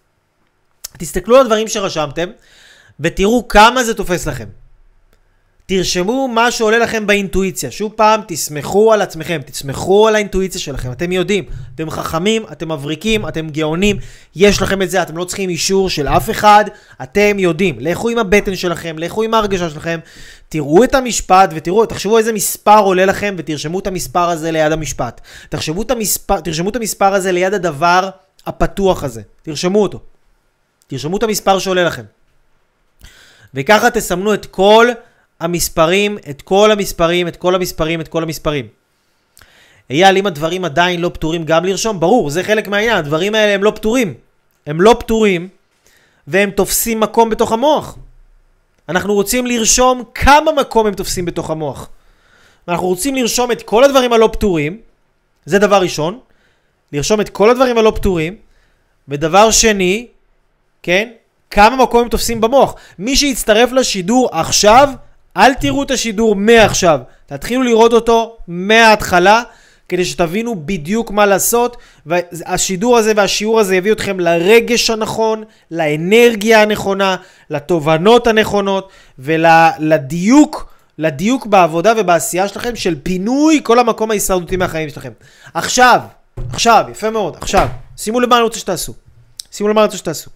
ותראו כמה זה תופס לכם. תרשמו מה שעולה לכם באינטואיציה. שוב פעם, תסמכו על עצמכם, תסמכו על האינטואיציה שלכם. אתם יודעים, אתם חכמים, אתם מבריקים, אתם גאונים, יש לכם את זה, אתם לא צריכים אישור של אף אחד, אתם יודעים. לכו עם הבטן שלכם, לכו עם ההרגשה שלכם, תראו את המשפט ותראו, תחשבו איזה מספר עולה לכם ותרשמו את המספר הזה ליד המשפט. תרשמו את המספר הזה ליד הדבר הפתוח הזה. תרשמו אותו. תרשמו את המספר שעולה לכם. וככה תסמנו את כל המספרים, את כל המספרים. אייל, אם הדברים עדיין לא פתורים גם לרשום, ברור, זה חלק מהעניין, הדברים האלה הם לא פתורים. הם לא פתורים, והם תופסים מקום בתוך המוח. אנחנו רוצים לרשום כמה מקום הם תופסים בתוך המוח. אנחנו רוצים לרשום את כל הדברים הלא פתורים, זה דבר ראשון, לרשום את כל הדברים הלא פתורים, ודבר שני, כן, כמה מקום הם תופסים במוח. מי שיצטרף לשידור עכשיו, אל תראו את השידור מעכשיו, תתחילו לראות אותו מההתחלה, כדי שתבינו בדיוק מה לעשות, והשידור הזה והשיעור הזה יביא אתכם לרגש הנכון, לאנרגיה הנכונה, לתובנות הנכונות, ולדיוק בעבודה ובעשייה שלכם, של פינוי כל המקום ההישרדותי מהחיים שלכם. עכשיו, יפה מאוד, עכשיו, שימו למה אני רוצה שתעשו.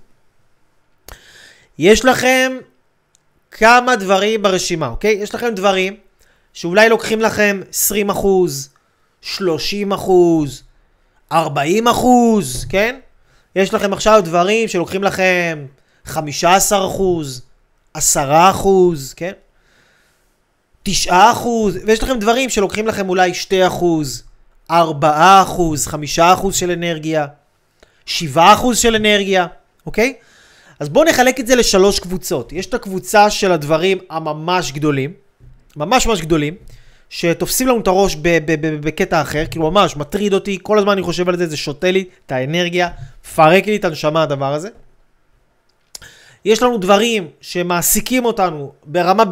יש לכם כמה דברים ברשימה, אוקיי? יש לכם דברים שאולי לוקחים לכם 20%, 30%, 40%, כן? יש לכם עכשיו דברים שלוקחים לכם 15%, 10%, כן? 9%, ויש לכם דברים שלוקחים לכם אולי 2%, 4%, 5% של אנרגיה, 7% של אנרגיה, אוקיי? אז בואו נחלק את זה לשלוש קבוצות. יש את הקבוצה של הדברים הממש גדולים, ממש גדולים, שתופסים לנו את הראש בקטע אחר, כאילו ממש מטריד אותי, כל הזמן אני חושב על זה, זה שותה לי את האנרגיה, פרק לי את הנשמה הדבר הזה. יש לנו דברים שמעסיקים אותנו ברמה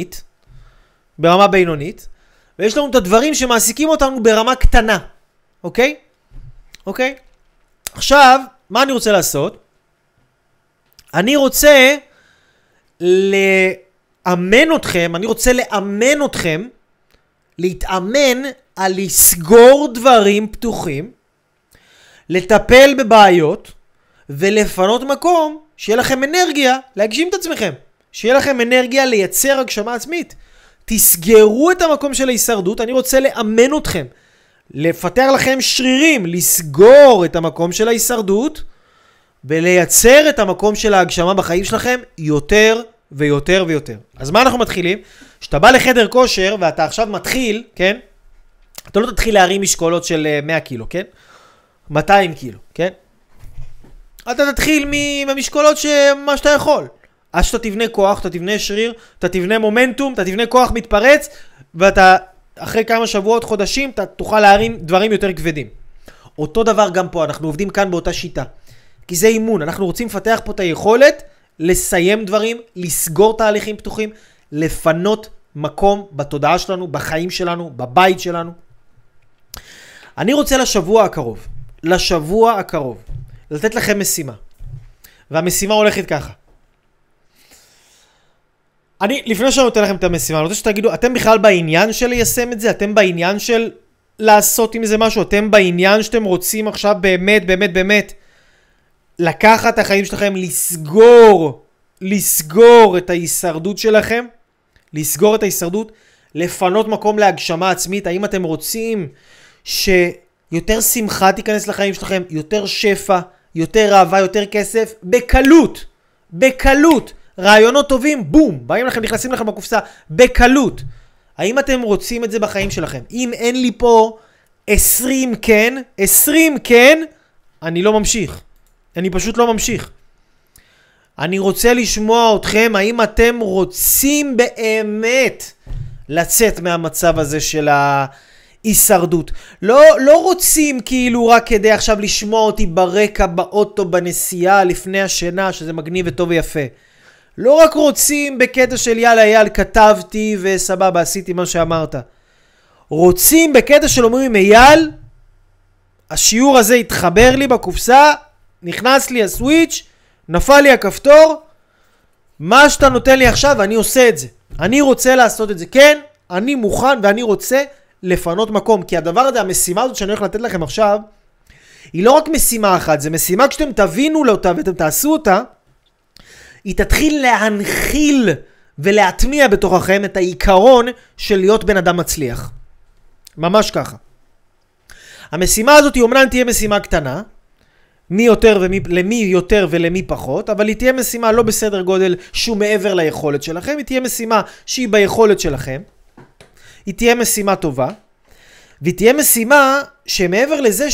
בינונית, ויש לנו את הדברים שמעסיקים אותנו ברמה קטנה, אוקיי? עכשיו, מה אני רוצה לעשות? אני רוצה לאמן אתכם, להתאמן על לסגור דברים פתוחים, לטפל בבעיות, ולפנות מקום שיהיה לכם אנרגיה להגשים את עצמכם. שיהיה לכם אנרגיה לייצר הגשמה עצמית. תסגרו את המקום של ההישרדות, אני רוצה לאמן אתכם. לפתח לכם שרירים, לסגור את המקום של ההישרדות, ולייצר את המקום של ההגשמה בחיים שלכם יותר ויותר ויותר. אז מה אנחנו מתחילים? כשאתה בא לחדר כושר ואתה עכשיו מתחיל, כן? אתה לא תתחיל להרים משקולות של 100 קילו, כן? 200 קילו, כן? אתה תתחיל מהמשקולות שמה שאתה יכול. אז שאתה תבנה כוח, אתה תבנה שריר, אתה תבנה מומנטום, אתה תבנה כוח מתפרץ, ואתה אחרי כמה שבועות, חודשים, אתה תוכל להרים דברים יותר כבדים. אותו דבר גם פה, אנחנו עובדים כאן באותה שיטה. כי זה אימון, אנחנו רוצים לפתח פה את היכולת לסיים דברים, לסגור תהליכים פתוחים, לפנות מקום בתודעה שלנו, בחיים שלנו, בבית שלנו. אני רוצה לשבוע הקרוב, לתת לכם משימה. והמשימה הולכת ככה. לפני שאני נותן לכם את המשימה, אני רוצה שתגידו, אתם בכלל בעניין של ליישם את זה? אתם בעניין של לעשות עם זה משהו? אתם בעניין שאתם רוצים עכשיו באמת לקחת את החיים שלכם, לסגור את ההישרדות שלכם, לסגור את ההישרדות, לפנות מקום להגשמה עצמית? האם אתם רוצים שיותר שמחה תיכנס לחיים שלכם, יותר שפע, יותר אהבה, יותר כסף, בקלות, רעיונות טובים, בום, באים לכם, נכנסים לכם בקופסה, בקלות. האם אתם רוצים את זה בחיים שלכם? אם אין לי פה 20 כן, אני לא ממשיך. אני פשוט לא ממשיך. אני רוצה לשמוע אתכם, האם אתם רוצים באמת לצאת מהמצב הזה של הישרדות. לא רוצים כאילו רק כדי עכשיו לשמוע אותי ברקע, באוטו, בנסיעה, לפני השינה, שזה מגניב וטוב ויפה. לא רק רוצים בקטע של יאללה אייל, כתבתי וסבבה, עשיתי מה שאמרת. רוצים בקטע של אומרים אייל, השיעור הזה התחבר לי בקופסה, נכנס לי הסוויץ', נפל לי הכפתור, מה שאתה נותן לי עכשיו, אני עושה את זה. אני רוצה לעשות את זה. כן, אני מוכן ואני רוצה לפנות מקום. כי הדבר הזה, המשימה הזאת שאני הולך לתת לכם עכשיו, היא לא רק משימה אחת, זה משימה כשאתם תבינו אותה ואתם תעשו אותה, היא תתחיל להנחיל ולהטמיע בתוככם את העיקרון של להיות בן אדם מצליח. ממש ככה. המשימה הזאת היא אומנם תהיה משימה קטנה, למי יותר ולמי פחות, אבל היא תהיה משימה לא בסדר גודל שהוא מעבר ליכולת שלכם, היא תהיה משימה שהיא ביכולת שלכם, היא תהיה משימה טובה, והיא תהיה משימה שמעבר לזה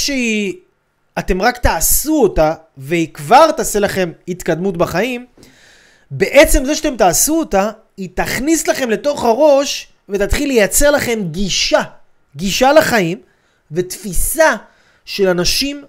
אתם רק תעשו אותה, והיא כבר תעשה לכם התקדמות בחיים, בעצם זה שאתם תעשו אותה, היא תכניס לכם לתוך הראש, ותתחיל לייצר לכם גישה לחיים, ותפיסה של אנשים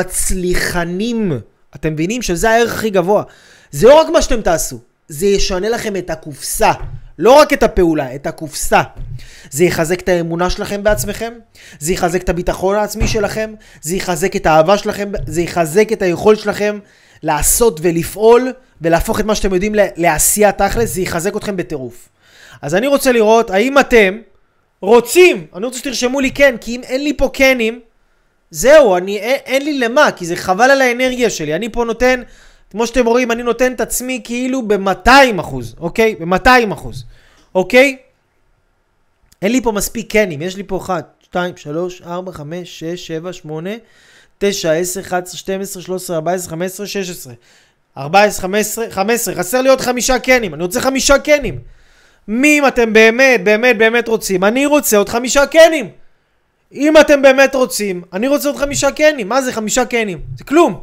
מצליחנים. אתם מבינים שזה הערך הכי גבוה. זה לא רק מה שאתם תעשו, זה ישנה לכם את הקופסה. לא רק את הפעולה, את הקופסה. זה יחזק את האמונה שלכם בעצמכם, זה יחזק את הביטחון העצמי שלכם, זה יחזק את האהבה שלכם, זה יחזק את היכולת שלכם לעשות ולפעול, ולהפוך את מה שאתם יודעים לעשייה תכלס, זה יחזק אתכם בטירוף. אז אני רוצה לראות, האם אתם רוצים, אני רוצה שתרשמו לי כן, כי אם אין לי פה כנים, זהו, אין לי למה, כי זה חבל על האנרגיה שלי. אני פה נותן, כמו שאתם רואים, אני נותן את עצמי כאילו ב-200%, אוקיי? ב-200%, אוקיי? אין לי פה מספיק קנים, יש לי פה 1, 2, 3, 4, 5, 6, 7, 8, 9, 10, 11, 12, 13, 14, 15, 16, 14, 15, חסר לי עוד 5 קנים, אני רוצה 5 קנים. מי אם אתם באמת רוצים? אני רוצה עוד 5 קנים. אם אתם באמת רוצים, אני רוצה עוד 5 קנים. מה זה 5 קנים? זה כלום.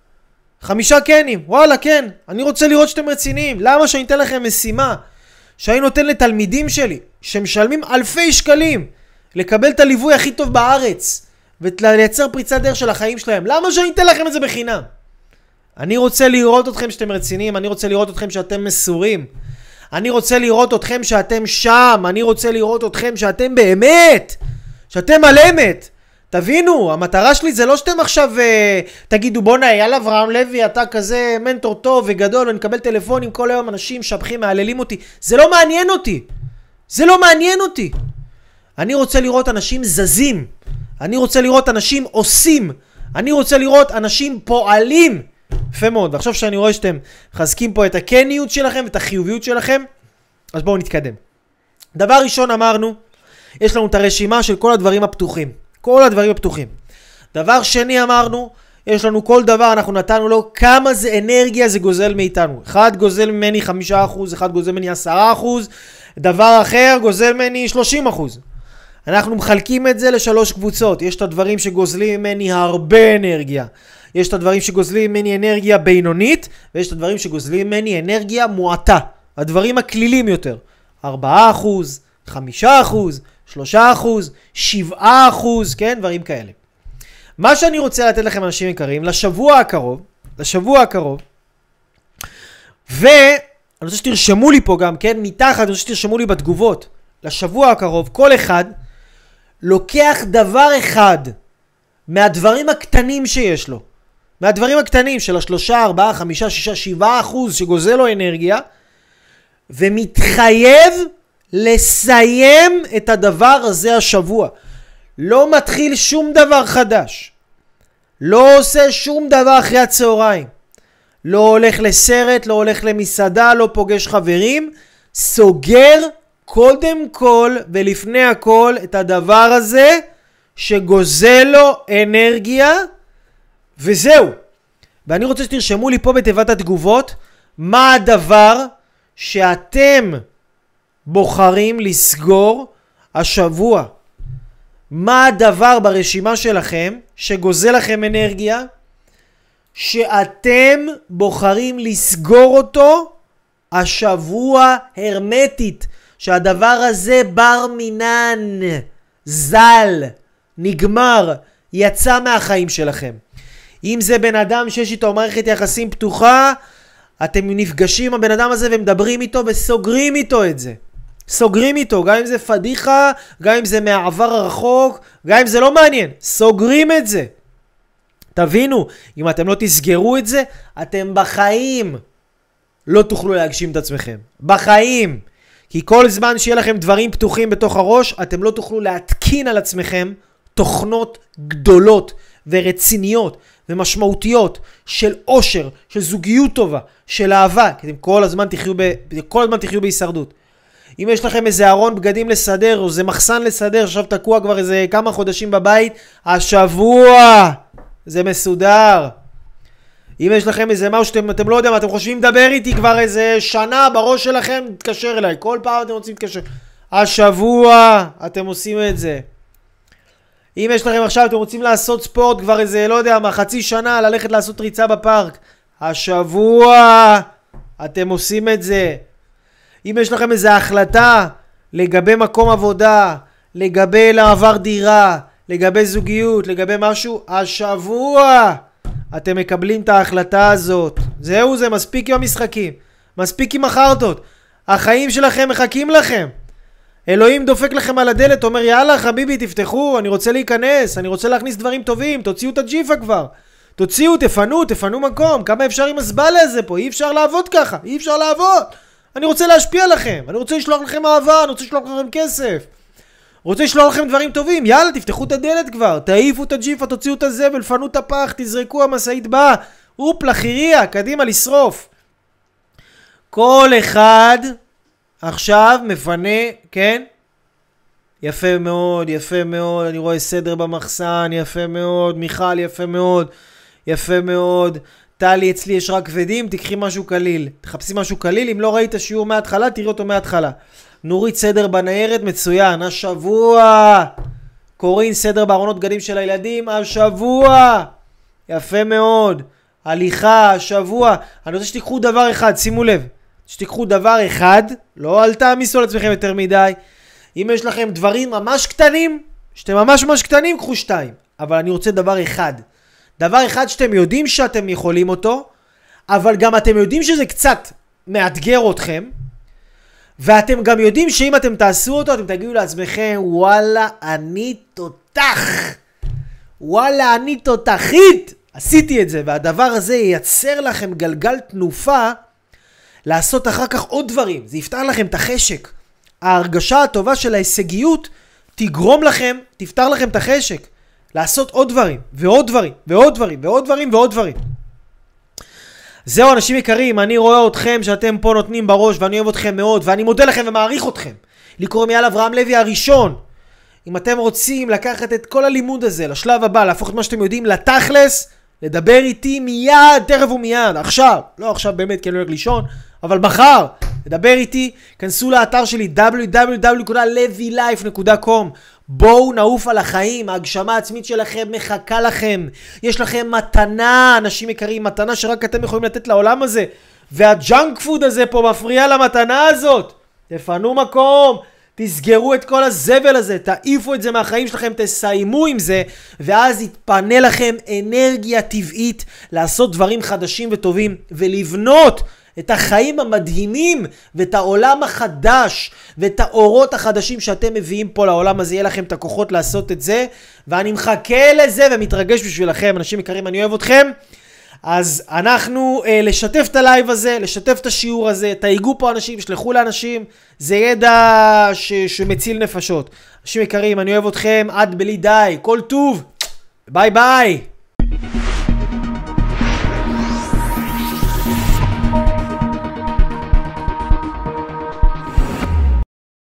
5 קנים, וואלה כן. אני רוצה לראות שאתם רציניים. למה שאני אתן לכם משימה שאני נותן לתלמידים שלי שמשלמים אלפי שקלים לקבל את הליווי הכי טוב בארץ ולייצר פריצת דרך של החיים שלהם? למה שאני אתן לכם את זה בחינם? אני רוצה לראות אתכם שאתם רציניים, אני רוצה לראות אתכם שאתם מסורים, אני רוצה לראות אתכם שאתם שם, אני רוצה לראות אתכם שאתם באמת, שאתם על אמת. תבינו, המטרה שלי זה לא שאתם עכשיו תגידו בונה אייל אברהם לוי אתה כזה מנטור טוב וגדול ואני מקבל טלפונים כל היום, אנשים שבחים מעללים אותי. זה לא מעניין אותי, זה לא מעניין אותי. אני רוצה לראות אנשים זזים, אני רוצה לראות אנשים עושים, אני רוצה לראות אנשים פועלים. יפה מאוד. ועכשיו שאני רואה שאתם חזקים פה את הקניות שלכם ואת החיוביות שלכם, אז בואו נתקדם. דבר ראשון אמרנו, יש לנו את הרשימה של כל הדברים הפתוחים. כל הדברים הפתוחים. דבר שני אמרנו, יש לנו כל דבר, אנחנו נתנו לו כמה זה אנרגיה זה גוזל מאיתנו. אחד גוזל ממני 5%, אחד גוזל ממני 10%, דבר אחר גוזל ממני 30%. אנחנו מחלקים את זה לשלוש קבוצות. יש את הדברים שגוזלים ממני הרבה אנרגיה. יש את הדברים שגוזלים ממני אנרגיה בינונית, ויש את הדברים שגוזלים ממני אנרגיה מועטה. הדברים הכלילים יותר. 4%, 5%, 3%, 7%, כן? דברים כאלה. מה שאני רוצה לתת לכם אנשים יקרים, לשבוע הקרוב, ואני רוצה שתרשמו לי פה גם, כן? מתחת, אני רוצה שתרשמו לי בתגובות. לשבוע הקרוב, כל אחד לוקח דבר אחד מהדברים הקטנים שיש לו. מהדברים הקטנים של 3, 4, 5, 6, 7% שגוזל לו אנרגיה, ומתחייב לסיים את הדבר הזה השבוע. לא מתחיל שום דבר חדש. לא עושה שום דבר אחרי הצהריים. לא הולך לסרט, לא הולך למסעדה, לא פוגש חברים. סוגר קודם כל ולפני הכל את הדבר הזה שגוזל לו אנרגיה, וזהו. ואני רוצה שתרשמו לי פה בתיבת התגובות מה הדבר שאתם בוחרים לסגור השבוע. מה הדבר ברשימה שלכם שגוזל לכם אנרגיה שאתם בוחרים לסגור אותו השבוע הרמטית, שהדבר הזה בר מינן, זל, נגמר, יצא מהחיים שלכם. אם זה בן אדם שיש איתו מערכת יחסים פתוחה, אתם נפגשים עם הבן אדם הזה ומדברים איתו וסוגרים איתו את זה. סוגרים איתו, גם אם זה פדיחה, גם אם זה מהעבר הרחוק, גם אם זה לא מעניין. סוגרים את זה. תבינו, אם אתם לא תסגרו את זה, אתם בחיים לא תוכלו להגשים את עצמכם. בחיים. כי כל זמן שיהיה לכם דברים פתוחים בתוך הראש, אתם לא תוכלו להתקין על עצמכם תוכנות גדולות ורציניות ומשמעותיות של אושר, של זוגיות טובה, של אהבה. כי אתם כל הזמן תחיו בהישרדות. אם יש לכם איזה ארון בגדים לסדר או איזה מחסן לסדר, עכשיו תקוע כבר איזה כמה חודשים בבית, השבוע זה מסודר. אם יש לכם איזה משהו שאתם לא יודעים, אתם חושבים לדבר איתי כבר איזה שנה בראש שלכם, תתקשר אליי. כל פעם אתם רוצים להתקשר. השבוע אתם עושים את זה. אם יש לכם עכשיו, אתם רוצים לעשות ספורט כבר איזה, לא יודע מה, חצי שנה, ללכת לעשות ריצה בפארק. השבוע אתם עושים את זה. אם יש לכם איזה החלטה לגבי מקום עבודה, לגבי לעבר דירה, לגבי זוגיות, לגבי משהו, השבוע אתם מקבלים את ההחלטה הזאת. זהו, זה מספיק עם המשחקים. מספיק עם החרטות. החיים שלכם מחכים לכם. אלוהים דופק לכם על הדלת, אומר יאללה חביבי תפתחו, אני רוצה להיכנס, אני רוצה להכניס דברים טובים, תוציאו את הג'יפה כבר. תוציאו, תפנו מקום. כמה אפשר עם הסבלה הזה פה? אי אפשר לעבוד ככה, אי אפשר לעבוד. אני רוצה להשפיע לכם, אני רוצה לשלוח לכם אהבה, אני רוצה לשלוח לכם כסף. רוצה לשלוח לכם דברים טובים, יאללה תפתחו את הדלת כבר, תעיפו את הג'יפה, תוציאו את הזבל, פנו את הפח, תזרקו, המשאית באה, אופלה חיריה, קדימה לשרוף. כל אחד עכשיו מפנה, כן? יפה מאוד, יפה מאוד, אני רואה סדר במחסן, יפה מאוד, מיכל יפה מאוד, יפה מאוד. טלי, אצלי יש רק כבדים, תקחי משהו קליל. תחפשי משהו קליל, אם לא ראית שיעור מההתחלה, תראי אותו מההתחלה. נורית סדר בניירת, מצוין. השבוע. קורין סדר בארונות בגדים של הילדים, השבוע. יפה מאוד. הליכה, השבוע. אני רוצה שתיקחו דבר אחד, שימו לב. שתיקחו דבר אחד, לא אל תעמיסו על עצמכם יותר מדי. אם יש לכם דברים ממש קטנים, שאתם ממש קטנים, קחו 2. אבל אני רוצה דבר אחד. דבר אחד שאתם יודעים שאתם יכולים אותו, אבל גם אתם יודעים שזה קצת מאתגר אתכם, ואתם גם יודעים שאם אתם תעשו אותו, אתם תגידו לעצמכם, וואלה, אני תותח. וואלה, אני תותחית. עשיתי את זה, והדבר הזה ייצר לכם גלגל תנופה, לעשות אחר כך עוד דברים. זה יפתח לכם את החשק. ההרגשה הטובה של ההישגיות תגרום לכם, תפתח לכם את החשק. לעשות עוד דברים, ועוד דברים, ועוד דברים, ועוד דברים, ועוד דברים. זהו אנשים יקרים, אני רואה אתכם שאתם פה נותנים בראש, ואני אוהב אתכם מאוד, ואני מודה לכם ומעריך אתכם. לי קוראים יאל אברהם לוי הראשון. אם אתם רוצים לקחת את כל הלימוד הזה לשלב הבא, להפוך את מה שאתם יודעים לתכלס, לדבר איתי מיד, תכף ומיד, עכשיו, לא עכשיו באמת כי אני הולך לישון, אבל מחר, לדבר איתי, כנסו לאתר שלי www.levylife.com. בואו נעוף על החיים, ההגשמה העצמית שלכם מחכה לכם, יש לכם מתנה, אנשים יקרים, מתנה שרק אתם יכולים לתת לעולם הזה, והג'אנק פוד הזה פה מפריע למתנה הזאת. תפנו מקום, תסגרו את כל הזבל הזה, תעיפו את זה מהחיים שלכם, תסיימו עם זה, ואז יתפנה לכם אנרגיה טבעית לעשות דברים חדשים וטובים, ולבנות את החיים המדהימים, ואת העולם החדש, ואת האורות החדשים שאתם מביאים פה לעולם הזה, יהיה לכם את הכוחות לעשות את זה, ואני מחכה לזה ומתרגש בשבילכם, אנשים יקרים, אני אוהב אתכם. אז אנחנו לשתף את הלייב הזה, לשתף את השיעור הזה, תייגו פה אנשים, שלחו לאנשים, זה ידע שמציל נפשות. אנשים יקרים, אני אוהב אתכם, עד בלי די, כל טוב, ביי ביי.